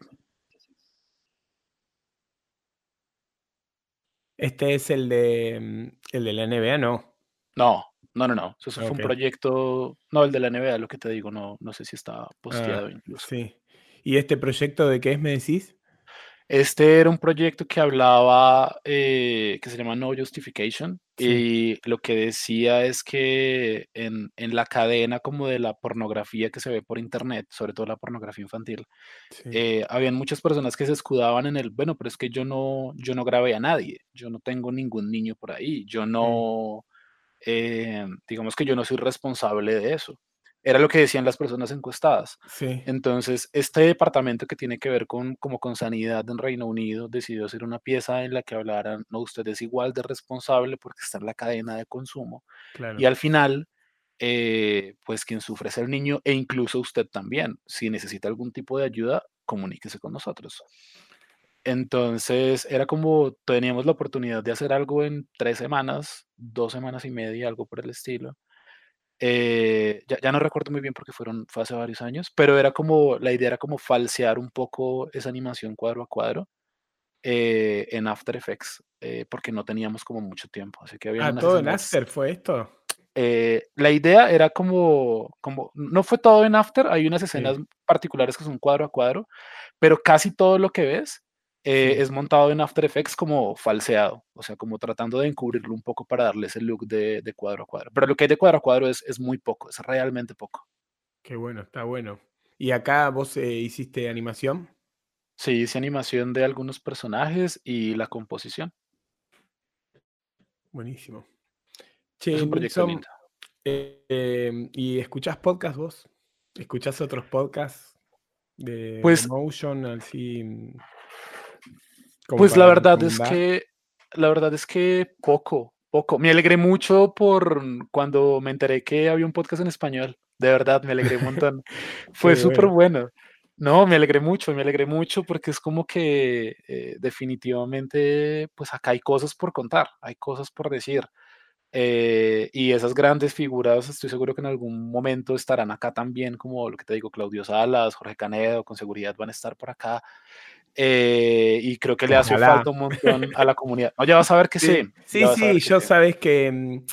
S1: Este es el de la NBA, ¿no?
S2: No, no. Eso fue un
S1: Okey.
S2: proyecto, no, el de la NBA, lo que te digo, no sé si está
S1: Ah,
S2: posteado incluso.
S1: sí. ¿Y este proyecto de qué es, me decís?
S2: Este era un proyecto que hablaba, que se llama No Justification,
S1: Sí,
S2: y lo que decía es que en la cadena como de la pornografía que se ve por internet, sobre todo la pornografía infantil,
S1: sí,
S2: habían muchas personas que se escudaban en el, bueno, pero es que yo no grabé a nadie, yo no tengo ningún niño por ahí, yo
S1: mm,
S2: no, digamos que yo no soy responsable de eso. Era lo que decían las personas encuestadas.
S1: sí,
S2: Entonces, este departamento que tiene que ver como con sanidad en Reino Unido decidió hacer una pieza en la que hablaran, no, usted es igual de responsable porque está en la cadena de consumo. Y
S1: claro.
S2: al final, pues quien sufre es el niño e incluso usted también. Si necesita algún tipo de ayuda, comuníquese con nosotros. Entonces, era como teníamos la oportunidad de hacer algo en 3 semanas, 2 semanas y media, algo por el estilo. Ya no recuerdo muy bien porque fue hace varios años, pero era como la idea era como falsear un poco esa animación cuadro a cuadro, en After Effects, porque no teníamos como mucho tiempo, así que habían
S1: Ah,
S2: unas
S1: ¿todo en
S2: escenas.
S1: After fue esto?
S2: La idea era como no fue todo en After, hay unas
S1: Sí,
S2: escenas particulares que son cuadro a cuadro, pero casi todo lo que ves,
S1: sí,
S2: es montado en After Effects como falseado, o sea, como tratando de encubrirlo un poco para darle ese look de cuadro a cuadro. Pero lo que hay de cuadro a cuadro es muy poco, es realmente poco.
S1: qué bueno, está bueno. ¿Y acá vos, hiciste animación?
S2: Sí, hice animación de algunos personajes y la composición.
S1: Buenísimo.
S2: Es
S1: Che,
S2: un proyecto
S1: Nilsson,
S2: lindo.
S1: ¿y escuchás podcast vos? ¿Escuchás otros podcasts de
S2: Pues
S1: Motion, así, como
S2: Pues la
S1: para
S2: verdad es
S1: recomendar?
S2: que la verdad es que poco. Me alegré mucho por cuando me enteré que había un podcast en español. De verdad, me alegré un montón. Fue
S1: Qué
S2: súper
S1: bueno.
S2: bueno. No, me alegré mucho porque es como que, definitivamente, pues acá hay cosas por contar, hay cosas por decir. Y esas grandes figuras, estoy seguro que en algún momento estarán acá también, como lo que te digo, Claudio Salas, Jorge Canedo, con seguridad van a estar por acá. Y creo que le hace
S1: Ojalá.
S2: falta un montón a la comunidad. No, ya vas a ver que sí,
S1: Sí,
S2: ya
S1: sí,
S2: vas a
S1: sí,
S2: ver que
S1: yo
S2: sí.
S1: sabes que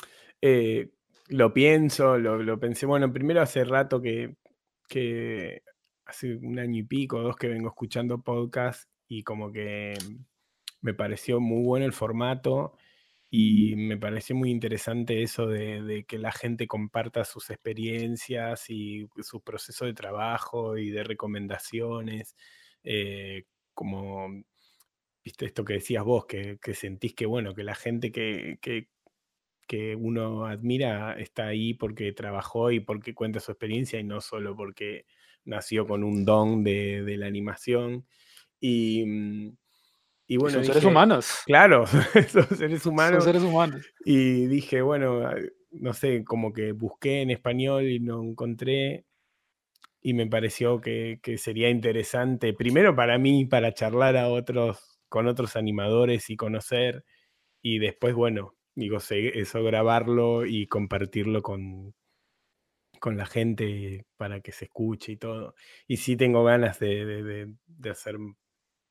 S1: lo pienso, lo pensé. Bueno, primero hace rato que hace un año y pico, dos que vengo escuchando podcast y como que me pareció muy bueno el formato y me pareció muy interesante eso de que la gente comparta sus experiencias y su proceso de trabajo y de recomendaciones, como viste esto que decías vos, que sentís que, bueno, que la gente que uno admira está ahí porque trabajó y porque cuenta su experiencia y no solo porque nació con un don de la animación. Y, y
S2: Y
S1: bueno,
S2: son seres
S1: dije,
S2: humanos,
S1: claro, son seres
S2: son
S1: humanos.
S2: seres humanos.
S1: Y dije, bueno, no sé, como que busqué en español y no encontré. Y me pareció que sería interesante, primero para mí, para charlar con otros animadores y conocer, y después, bueno, digo, eso grabarlo y compartirlo con la gente para que se escuche y todo. Y sí tengo ganas de hacer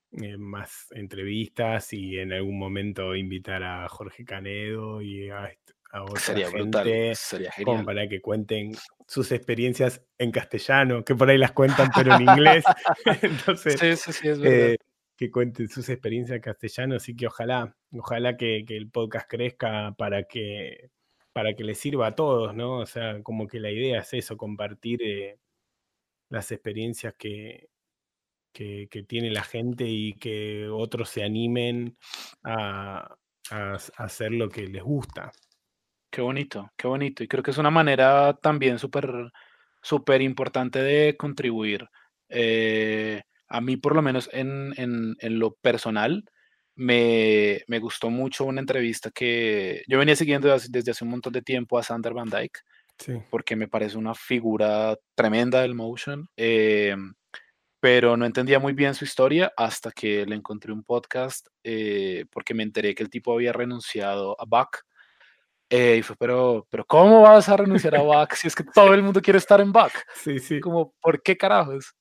S1: más entrevistas y en algún momento invitar a Jorge Canedo y a otra
S2: Sería brutal,
S1: gente
S2: sería
S1: como
S2: genial.
S1: para que cuenten sus experiencias en castellano, que por ahí las cuentan pero en inglés. Entonces,
S2: Sí, sí, sí, es verdad.
S1: eh, que cuenten sus experiencias en castellano, así que ojalá que el podcast crezca para que les sirva a todos, ¿no? O sea, como que la idea es eso, compartir las experiencias que tiene la gente y que otros se animen a hacer lo que les gusta.
S2: Qué bonito, qué bonito. Y creo que es una manera también súper, súper importante de contribuir. A mí, por lo menos en lo personal, me gustó mucho una entrevista que yo venía siguiendo desde hace un montón de tiempo a Sander Van Dyke,
S1: Sí,
S2: porque me parece una figura tremenda del motion, pero no entendía muy bien su historia hasta que le encontré un podcast, porque me enteré que el tipo había renunciado a Buck. Y fue, pero ¿cómo vas a renunciar a Buck si es que todo el mundo quiere estar en Buck?
S1: sí, sí.
S2: Como, ¿por qué carajos?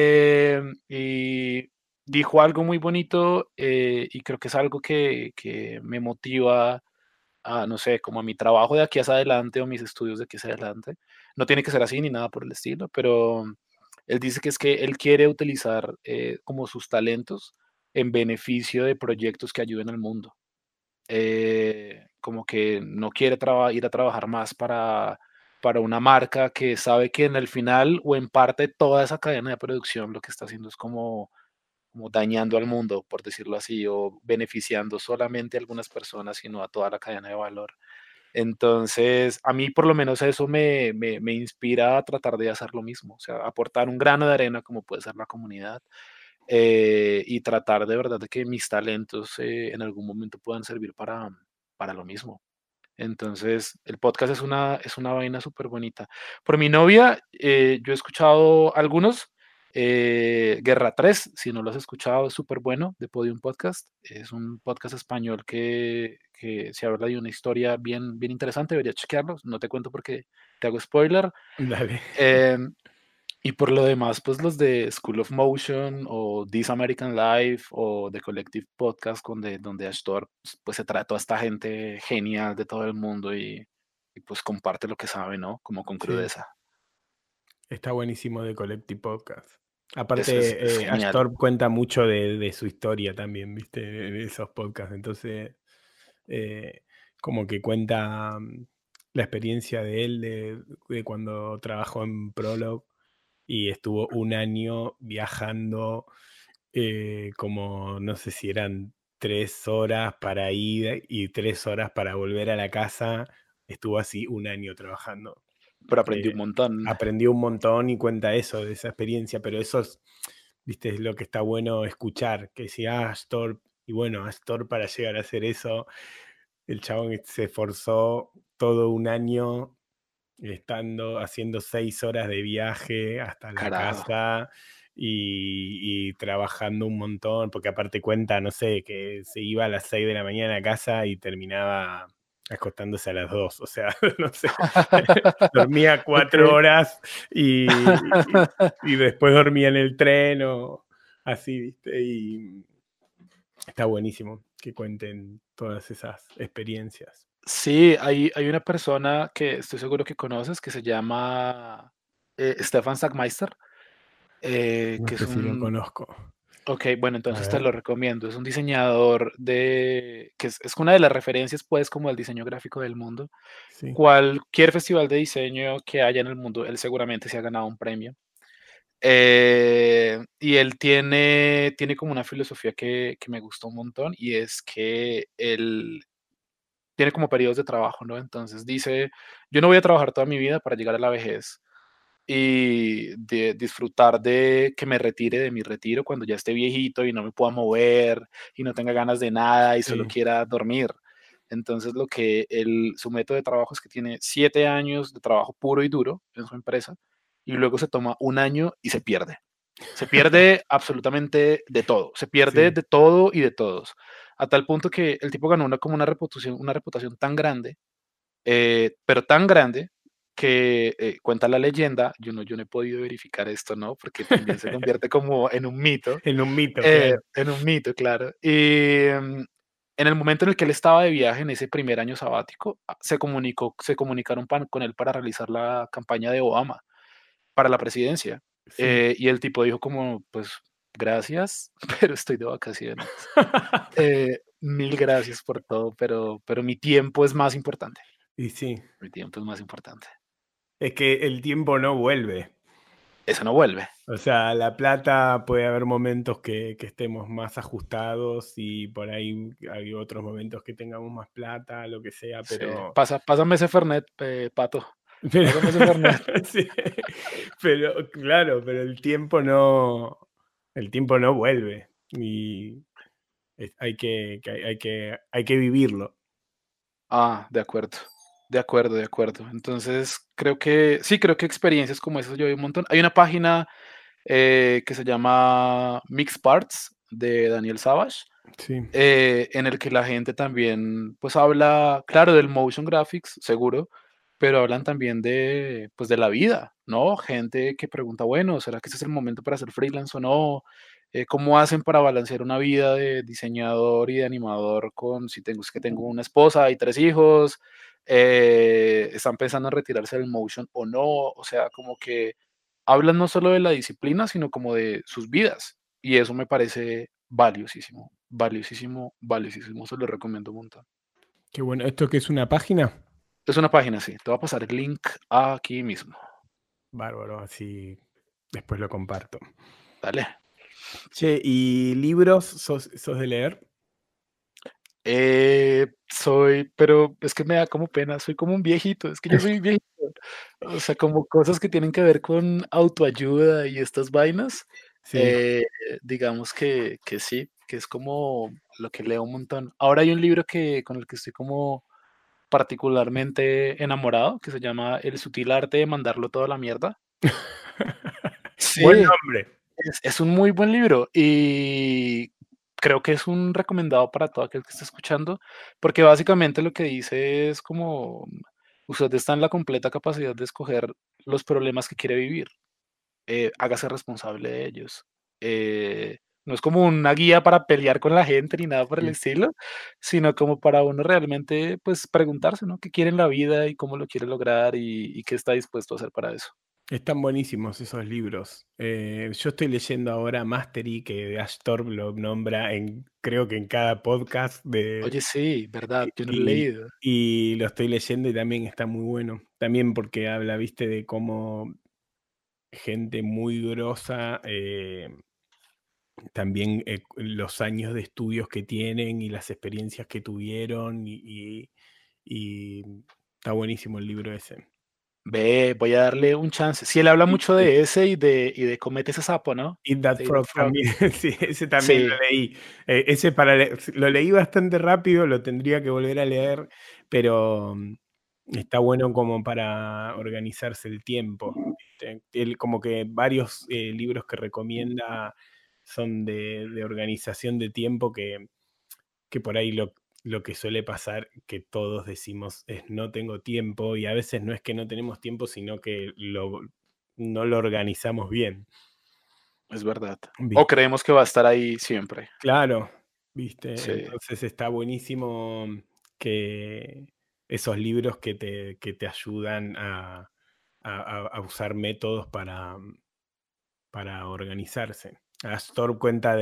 S2: Y dijo algo muy bonito, y creo que es algo que me motiva a, no sé, como a mi trabajo de aquí hacia adelante o mis estudios de aquí hacia adelante. No tiene que ser así ni nada por el estilo, pero él dice que es que él quiere utilizar como sus talentos en beneficio de proyectos que ayuden al mundo. Como que no quiere ir a trabajar más para una marca que sabe que en el final o en parte toda esa cadena de producción lo que está haciendo es como dañando al mundo, por decirlo así, o beneficiando solamente a algunas personas, sino a toda la cadena de valor. Entonces, a mí por lo menos eso me inspira a tratar de hacer lo mismo, o sea, aportar un grano de arena como puede ser la comunidad, y tratar de verdad de que mis talentos en algún momento puedan servir para lo mismo. Entonces, el podcast es una vaina súper bonita. Por mi novia, yo he escuchado algunos. Guerra 3 si no lo has escuchado, es súper bueno, de Podium Podcast. Es un podcast español que se habla de una historia bien, bien interesante, debería chequearlo. No te cuento porque te hago spoiler.
S1: Dale.
S2: Em, y por lo demás, pues los de School of Motion o This American Life o The Collective Podcast, donde Astor pues se trata a esta gente genial de todo el mundo y pues comparte lo que sabe, ¿no? Como con
S1: Sí,
S2: crudeza.
S1: está buenísimo de Collective Podcast.
S2: Es
S1: Aparte,
S2: genial.
S1: Astor cuenta mucho de su historia también, ¿viste? En esos podcasts. Entonces, eh, como que cuenta la experiencia de él de cuando trabajó en Prolog y estuvo un año viajando, como no sé si eran 3 horas para ir y 3 horas para volver a la casa. Estuvo así un año trabajando.
S2: Pero aprendí un
S1: Eh,
S2: montón.
S1: Aprendió un montón y cuenta eso, de esa experiencia, pero eso es, viste, es lo que está bueno escuchar, que si Astor, y bueno, Astor para llegar a hacer eso, el chabón se esforzó todo un año haciendo 6 horas de viaje hasta la
S2: Carajo.
S1: casa y trabajando un montón, porque aparte cuenta, no sé, que se iba a las 6 de la mañana a casa y terminaba acostándose a las 2, o sea, no sé, dormía
S2: Ok.
S1: 4 horas y después dormía en el tren o así, ¿viste? Y está buenísimo que cuenten todas esas experiencias.
S2: Sí, hay una persona que estoy seguro que conoces que se llama Stefan Sagmeister,
S1: No
S2: que es
S1: sé si lo
S2: un.
S1: conozco.
S2: Ok, bueno,
S1: A
S2: entonces te
S1: ver,
S2: lo recomiendo. Es un diseñador que es una de las referencias, pues, como el diseño gráfico del mundo.
S1: sí,
S2: Cualquier festival de diseño que haya en el mundo, él seguramente se ha ganado un premio. Y él tiene como una filosofía que me gustó un montón y es que él tiene como periodos de trabajo, ¿no? Entonces dice, yo no voy a trabajar toda mi vida para llegar a la vejez y de disfrutar de que me retire de mi retiro cuando ya esté viejito y no me pueda mover y no tenga ganas de nada y solo
S1: sí,
S2: quiera dormir. Entonces su método de trabajo es que tiene 7 años de trabajo puro y duro en su empresa y luego se toma un año y se pierde. Se pierde absolutamente de todo, se pierde
S1: sí,
S2: de todo y de todos, a tal punto que el tipo ganó como una reputación tan grande, pero tan grande que cuenta la leyenda, yo no he podido verificar esto, ¿no? Porque también se convierte como
S1: En un mito, claro.
S2: en un mito, claro. Y en el momento en el que él estaba de viaje, en ese primer año sabático, se comunicaron con él para realizar la campaña de Obama para la presidencia.
S1: Sí.
S2: Y el tipo dijo como, pues gracias, pero estoy de vacaciones. Mil gracias por todo, pero mi tiempo es más importante.
S1: Y sí,
S2: Mi tiempo es más importante.
S1: es que el tiempo no vuelve.
S2: Eso no vuelve.
S1: O sea, la plata puede haber momentos que estemos más ajustados y por ahí hay otros momentos que tengamos más plata, lo que sea,
S2: Sí.
S1: pero
S2: Pásame ese Fernet, Pato.
S1: pero
S2: Pásame ese Fernet.
S1: sí, pero claro, pero el tiempo no vuelve y hay que vivirlo.
S2: Ah, de acuerdo. De acuerdo, de acuerdo. Entonces, creo que sí, creo que experiencias como esas yo hay un montón. Hay una página que se llama Mix Parts de Daniel Savage,
S1: Sí.
S2: en el que la gente también, pues habla, claro, del motion graphics, seguro, pero hablan también de, pues, de la vida, ¿no? Gente que pregunta, bueno, ¿será que este es el momento para ser freelance o no? ¿Cómo hacen para balancear una vida de diseñador y de animador con, si tengo, es que tengo una esposa y 3 hijos, están pensando en retirarse del motion o no? O sea, como que hablan no solo de la disciplina, sino como de sus vidas. Y eso me parece valiosísimo, valiosísimo, valiosísimo. Se lo recomiendo un montón.
S1: Qué bueno. ¿Esto qué es una página?
S2: Es una página, sí. Te voy a pasar el link aquí mismo.
S1: Bárbaro, así después lo comparto.
S2: Dale.
S1: Che, ¿y libros sos de leer?
S2: Pero es que me da como pena, soy como un viejito, es que yo soy un viejito. O sea, como cosas que tienen que ver con autoayuda y estas vainas,
S1: Sí.
S2: eh, digamos que sí, que es como lo que leo un montón. Ahora hay un libro con el que estoy como particularmente enamorado, que se llama El sutil arte de mandarlo todo a la mierda.
S1: Buen
S2: Sí,
S1: nombre.
S2: es un muy buen libro y creo que es un recomendado para todo aquel que esté escuchando, porque básicamente lo que dice es como usted está en la completa capacidad de escoger los problemas que quiere vivir, hágase responsable de ellos. No es como una guía para pelear con la gente ni nada por el
S1: Sí.
S2: estilo, sino como para uno realmente pues preguntarse, ¿no? ¿Qué quiere en la vida y cómo lo quiere lograr y qué está dispuesto a hacer para eso?
S1: Están buenísimos esos libros. Yo estoy leyendo ahora Mastery, que Ash Torp lo nombra creo que en cada podcast
S2: Oye, sí, verdad, yo no lo he
S1: y,
S2: leído.
S1: y lo estoy leyendo y también está muy bueno. También porque habla, viste, de cómo gente muy grosa, también los años de estudios que tienen y las experiencias que tuvieron y está buenísimo el libro ese.
S2: Ve, voy a darle un chance. Sí, él habla
S1: Sí,
S2: mucho
S1: sí.
S2: de ese y de Comete ese sapo, ¿no?
S1: Eat That
S2: De Eat That
S1: Frog
S2: Frog.
S1: también, sí, ese también
S2: Sí,
S1: lo leí. Ese lo leí bastante rápido, lo tendría que volver a leer, pero está bueno como para organizarse el tiempo, ¿viste? Él como que varios libros que recomienda son de organización de tiempo que por ahí lo que suele pasar, que todos decimos es no tengo tiempo y a veces no es que no tenemos tiempo, sino que no lo organizamos bien,
S2: es verdad. O
S1: ¿viste?
S2: creemos que va a estar ahí siempre.
S1: Claro, ¿viste?
S2: Sí,
S1: Entonces está buenísimo que esos libros que te ayudan a usar métodos para organizarse. Astor cuenta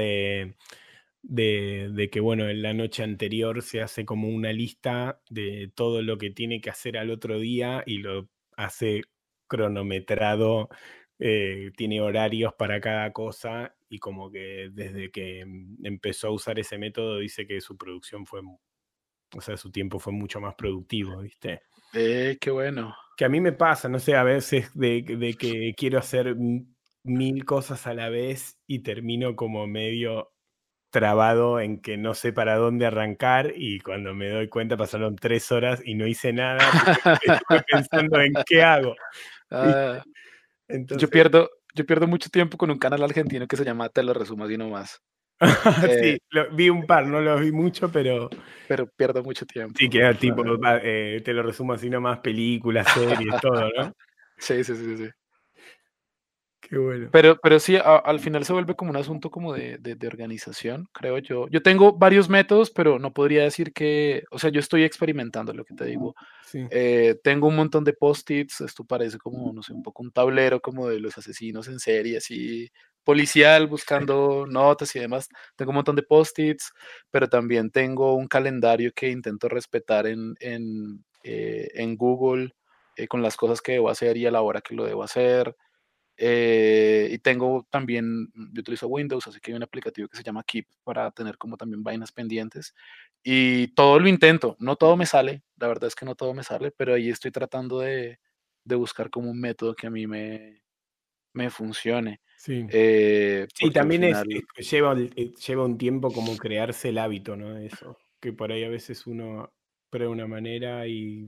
S1: de que, bueno, en la noche anterior se hace como una lista de todo lo que tiene que hacer al otro día y lo hace cronometrado, tiene horarios para cada cosa y como que desde que empezó a usar ese método dice que su producción o sea, su tiempo fue mucho más productivo, ¿viste?
S2: qué bueno.
S1: Que a mí me pasa, no sé, a veces de que quiero hacer 1000 cosas a la vez y termino como medio trabado en que no sé para dónde arrancar y cuando me doy cuenta pasaron 3 horas y no hice nada porque estuve pensando en qué hago, ¿viste?
S2: Ah, yo
S1: Entonces,
S2: pierdo yo pierdo mucho tiempo con un canal argentino que se llama Te lo resumo así nomás. eh,
S1: Sí, vi un par, no los vi mucho, pero
S2: pero pierdo mucho
S1: sí,
S2: tiempo.
S1: que era tipo, te lo resumo así nomás, películas, series, todo, ¿no?
S2: Sí, sí, sí, sí.
S1: Qué bueno.
S2: Pero sí, al final se vuelve como un asunto como de organización, creo yo. Yo tengo varios métodos, pero no podría decir que, o sea, yo estoy experimentando lo que te digo.
S1: Sí,
S2: Tengo un montón de post-its, esto parece como, no sé, un poco un tablero como de los asesinos en serie, así policial, buscando notas y demás. Tengo un montón de post-its, pero también tengo un calendario que intento respetar en Google, con las cosas que debo hacer y a la hora que lo debo hacer. Y tengo también, yo utilizo Windows, así que hay un aplicativo que se llama Keep para tener como también vainas pendientes. Y todo lo intento, no todo me sale, la verdad es que no todo me sale, pero ahí estoy tratando de buscar como un método que a mí me funcione.
S1: sí. Sí,
S2: Porque al
S1: también
S2: final,
S1: lleva un tiempo como crearse el hábito, ¿no? De eso, que por ahí a veces uno prueba una manera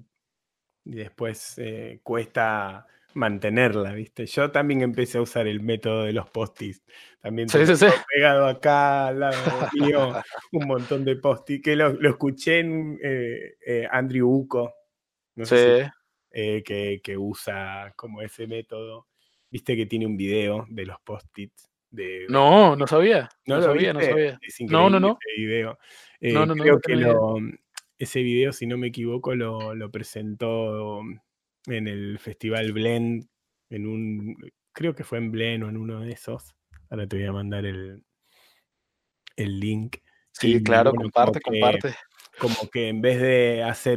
S1: y después cuesta mantenerla, ¿viste? Yo también empecé a usar el método de los post-its. También
S2: sí,
S1: tengo
S2: sí, sí.
S1: pegado acá al lado mío un montón de post-its que lo escuché en Andrew Uco, no sé
S2: Sí.
S1: si que usa como ese método. Viste que tiene un video de los post-its de
S2: No, no sabía,
S1: ¿no
S2: no
S1: lo
S2: sabía, no
S1: viste?
S2: sabía.
S1: Es
S2: No, no,
S1: increíble
S2: no,
S1: ese video.
S2: no, no, no, no
S1: Creo que
S2: tenía idea.
S1: ese video, si no me equivoco, lo presentó en el festival Blend, en un creo que fue en Blend o en uno de esos. Ahora te voy a mandar el link.
S2: Sí,
S1: Y
S2: claro,
S1: bueno,
S2: comparte, comparte.
S1: como que en vez de hacer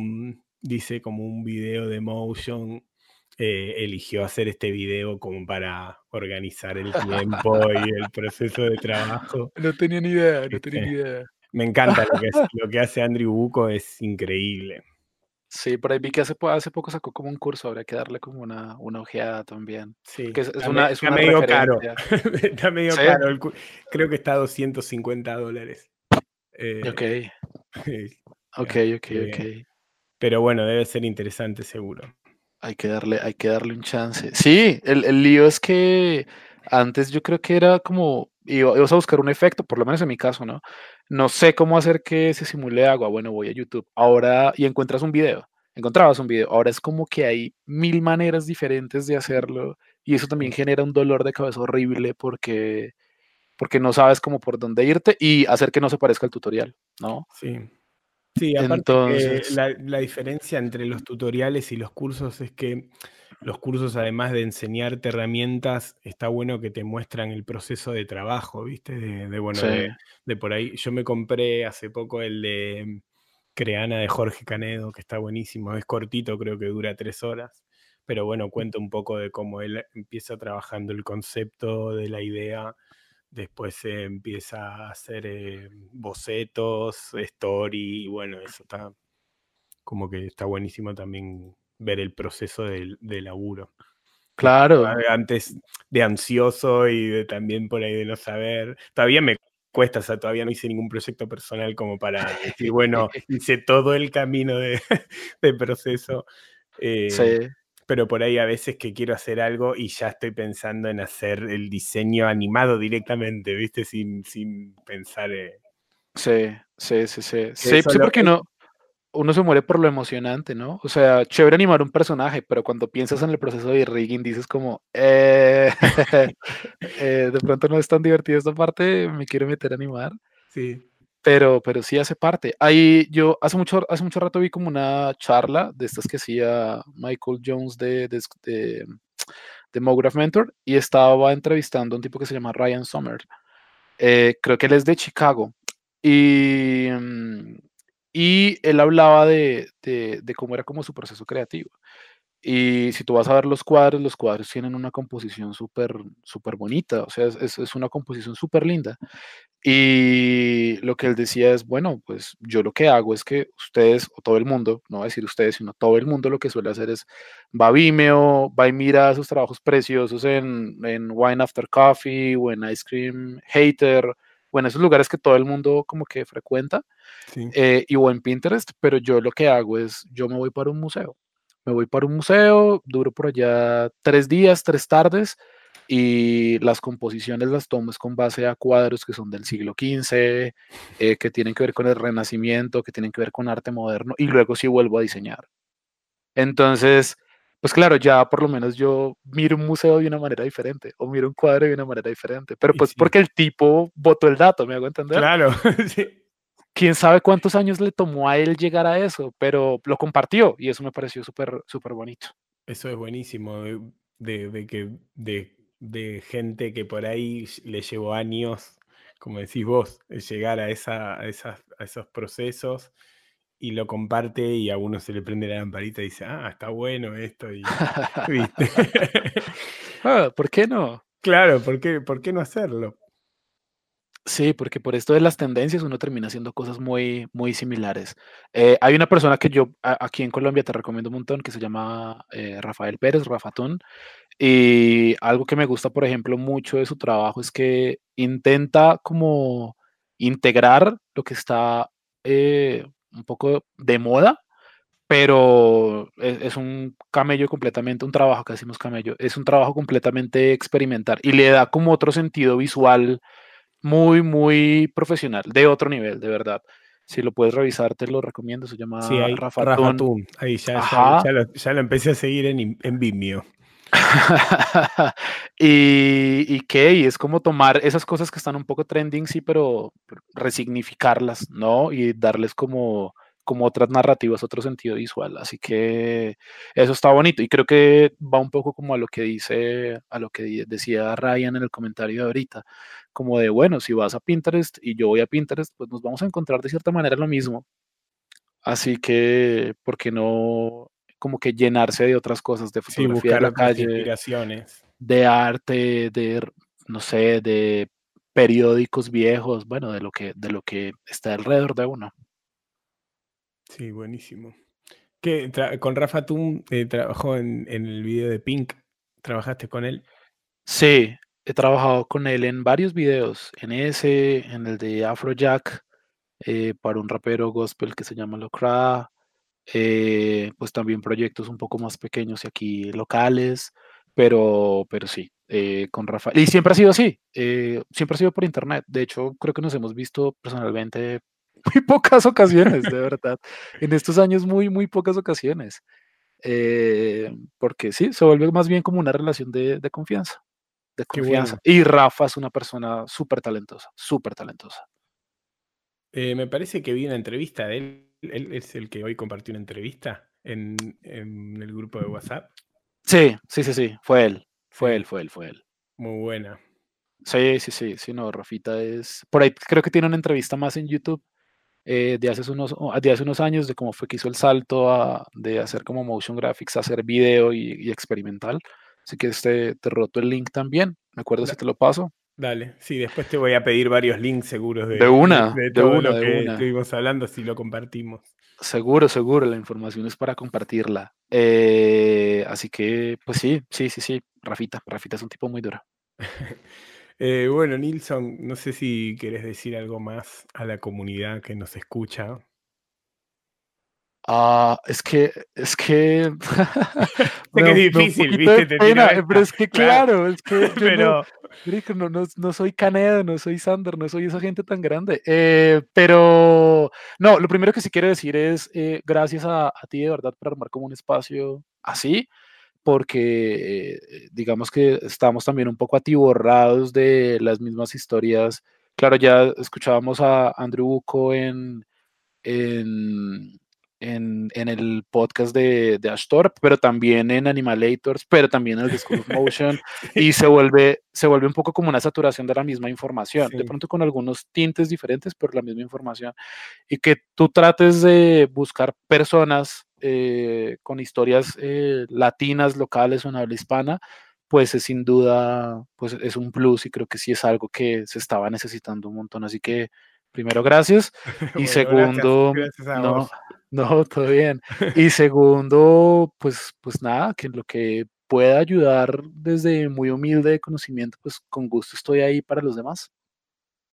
S1: dice como un video de Motion, eligió hacer este video como para organizar el tiempo y el proceso de trabajo.
S2: No tenía ni idea, no tenía
S1: ¿Viste?
S2: ni idea.
S1: Me encanta lo que hace Andrew Buco, es increíble.
S2: Sí, por ahí vi que hace poco sacó como un curso, habría que darle como una ojeada también,
S1: Sí,
S2: porque es
S1: está
S2: una
S1: medio caro.
S2: referencia.
S1: Está medio
S2: Sí,
S1: caro. Creo que está a $250. Eh,
S2: okey, okey,
S1: así
S2: okey,
S1: que,
S2: okey.
S1: pero bueno, debe ser interesante seguro.
S2: Hay que darle un chance. Sí, el lío es que antes yo creo que era como ibas a buscar un efecto, por lo menos en mi caso, ¿no? No sé cómo hacer que se simule agua. Bueno, voy a YouTube. Ahora y encuentras un video. Encontrabas un video. Ahora es como que hay 1000 maneras diferentes de hacerlo y eso también
S1: Sí,
S2: genera un dolor de cabeza horrible porque no sabes cómo por dónde irte y hacer que no se parezca al tutorial, ¿no?
S1: sí. Sí, aparte que
S2: Entonces,
S1: la diferencia entre los tutoriales y los cursos es que los cursos, además de enseñarte herramientas, está bueno que te muestran el proceso de trabajo, ¿viste? Bueno,
S2: sí,
S1: de por ahí. Yo me compré hace poco el de Creana de Jorge Canedo, que está buenísimo. Es cortito, creo que dura 3 horas. Pero bueno, cuenta un poco de cómo él empieza trabajando el concepto de la idea. Después se empieza a hacer bocetos, story, y bueno, eso está como que está buenísimo también ver el proceso del laburo. Que
S2: claro,
S1: estaba antes de ansioso y de también por ahí de no saber. Todavía me cuesta, o sea, todavía no hice ningún proyecto personal como para decir, bueno, hice todo el camino de proceso. eh,
S2: sí.
S1: pero por ahí a veces que quiero hacer algo y ya estoy pensando en hacer el diseño animado directamente, ¿viste? Sin pensar
S2: Sí, sí, sí, sí.
S1: que
S2: Sí,
S1: eso
S2: sí, porque uno se muere por lo emocionante, ¿no? O sea, chévere animar un personaje, pero cuando piensas en el proceso de rigging dices como, de pronto no es tan divertido esta parte, me quiero meter a animar,
S1: sí,
S2: pero sí hace parte. Ahí yo hace mucho rato vi como una charla de estas que hacía Michael Jones de MoGraph Mentor y estaba entrevistando a un tipo que se llama Ryan Sommer. Creo que él es de Chicago. Y, y él hablaba de cómo era como su proceso creativo. Y si tú vas a ver los cuadros tienen una composición súper súper bonita, o sea, es una composición súper linda. Y lo que él decía es, bueno, pues yo lo que hago es que ustedes, o todo el mundo, no voy a decir ustedes, sino todo el mundo lo que suele hacer es va a Vimeo, va y mira sus trabajos preciosos en Wine After Coffee o en Ice Cream Hater, o en esos lugares que todo el mundo como que frecuenta,
S1: sí,
S2: y o en Pinterest, pero yo lo que hago es, yo me voy para un museo. Me voy para un museo, duro por allá 3 días, 3 tardes, y las composiciones las tomo es con base a cuadros que son del siglo XV, que tienen que ver con el Renacimiento, que tienen que ver con arte moderno, y luego sí vuelvo a diseñar. Entonces, pues claro, ya por lo menos yo miro un museo de una manera diferente, o miro un cuadro de una manera diferente, pero
S1: Y
S2: pues
S1: sí,
S2: porque el tipo botó el dato, ¿me hago entender?
S1: claro, sí.
S2: Quién sabe cuántos años le tomó a él llegar a eso, pero lo compartió y eso me pareció súper, súper bonito.
S1: Eso es buenísimo, de gente que por ahí le llevó años, como decís vos, llegar a, a esos procesos y lo comparte y a uno se le prende la lamparita y dice, ah, está bueno esto y, ¿viste?
S2: ¿Por qué no?
S1: Claro, por qué no hacerlo?
S2: Sí, porque por esto de las tendencias uno termina haciendo cosas muy, muy similares. Hay una persona que yo aquí en Colombia te recomiendo un montón que se llama Rafael Pérez, Rafatón, y algo que me gusta, por ejemplo, mucho de su trabajo es que intenta como integrar lo que está un poco de moda, pero es un camello completamente, un trabajo que decimos camello, es un trabajo completamente experimental y le da como otro sentido visual muy, muy profesional, de otro nivel, de verdad. Si lo puedes revisar, te lo recomiendo. Se
S1: Sí,
S2: llama
S1: hay
S2: Rafa
S1: Rafa
S2: Tun.
S1: Toon, ahí
S2: Ajá.
S1: ya lo empecé a seguir en Vimeo.
S2: ¿Y qué? Y es como tomar esas cosas que están un poco trending, sí, pero resignificarlas, ¿no? Y darles como otras narrativas, otro sentido visual. Así que eso está bonito. Y creo que va un poco como a lo que dice, a lo que decía Ryan en el comentario de ahorita, como de, bueno, si vas a Pinterest y yo voy a Pinterest, pues nos vamos a encontrar de cierta manera lo mismo. Así que, ¿por qué no como que llenarse de otras cosas, de
S1: Sí,
S2: fotografía de
S1: buscar
S2: la
S1: otras
S2: calle,
S1: inspiraciones.
S2: de arte, no sé, de periódicos viejos, bueno, de lo que está alrededor de uno?
S1: Sí, buenísimo. Con Rafa Tum trabajó en el video de Pink. ¿Trabajaste con él?
S2: Sí, he trabajado con él en varios videos, en ese, en el de Afrojack, para un rapero gospel que se llama Locra, pues también proyectos un poco más pequeños y aquí locales, pero sí, con Rafael. Y siempre ha sido así, siempre ha sido por internet. De hecho, creo que nos hemos visto personalmente muy pocas ocasiones, de verdad. En estos años, muy, muy pocas ocasiones. Porque sí, se vuelve más bien como una relación de confianza, de
S1: Qué
S2: confianza.
S1: bueno.
S2: Y Rafa es una persona súper talentosa, súper talentosa.
S1: Me parece que vi una entrevista de él. Él es el que hoy compartió una entrevista en el grupo de WhatsApp.
S2: Sí, sí, sí, sí, fue él, fue él,
S1: Sí,
S2: fue él, fue él.
S1: muy buena.
S2: Sí, sí, sí, sí, no, Rafita es. Por ahí creo que tiene una entrevista más en YouTube de hace unos años de cómo fue que hizo el salto de hacer como motion graphics a hacer video y experimental. Así que te roto el link también. Me acuerdo si
S1: Da-
S2: te lo paso.
S1: Dale, sí, después te voy a pedir varios links seguros
S2: De una,
S1: de
S2: de
S1: todo
S2: una,
S1: lo
S2: de
S1: que
S2: una.
S1: estuvimos hablando, si lo compartimos.
S2: Seguro, seguro, la información es para compartirla. Así que, pues sí, sí, sí, sí. Rafita es un tipo muy duro.
S1: Bueno, Nilsson, no sé si querés decir algo más a la comunidad que nos escucha.
S2: Es que
S1: Sé que es
S2: me da un
S1: difícil,
S2: poquito de
S1: viste, te tiro
S2: pena, pero
S1: esta.
S2: es que
S1: Claro,
S2: claro, es que yo no,
S1: pero
S2: marica, no soy Canedo, no soy Sander, no soy esa gente tan grande. Pero no, lo primero que sí quiero decir es gracias a ti de verdad por armar como un espacio así, porque digamos que estamos también un poco atiborrados de las mismas historias. Claro, ya escuchábamos a Andrew Buco en, en el podcast de Ashtor, pero también en Animalators, pero también en el de School of Motion, y
S1: sí,
S2: se vuelve un poco como una saturación de la misma información, de
S1: sí.
S2: pronto con algunos tintes diferentes, pero la misma información, y que tú trates de buscar personas con historias latinas, locales o en habla hispana, pues es sin duda, pues es un plus y creo que sí es algo que se estaba necesitando un montón. Así que, primero, gracias. Y
S1: Bueno, gracias,
S2: segundo,
S1: gracias a
S2: no,
S1: vos.
S2: no, todo bien. Y segundo, pues nada, que en lo que pueda ayudar desde muy humilde de conocimiento, pues con gusto estoy ahí para los demás.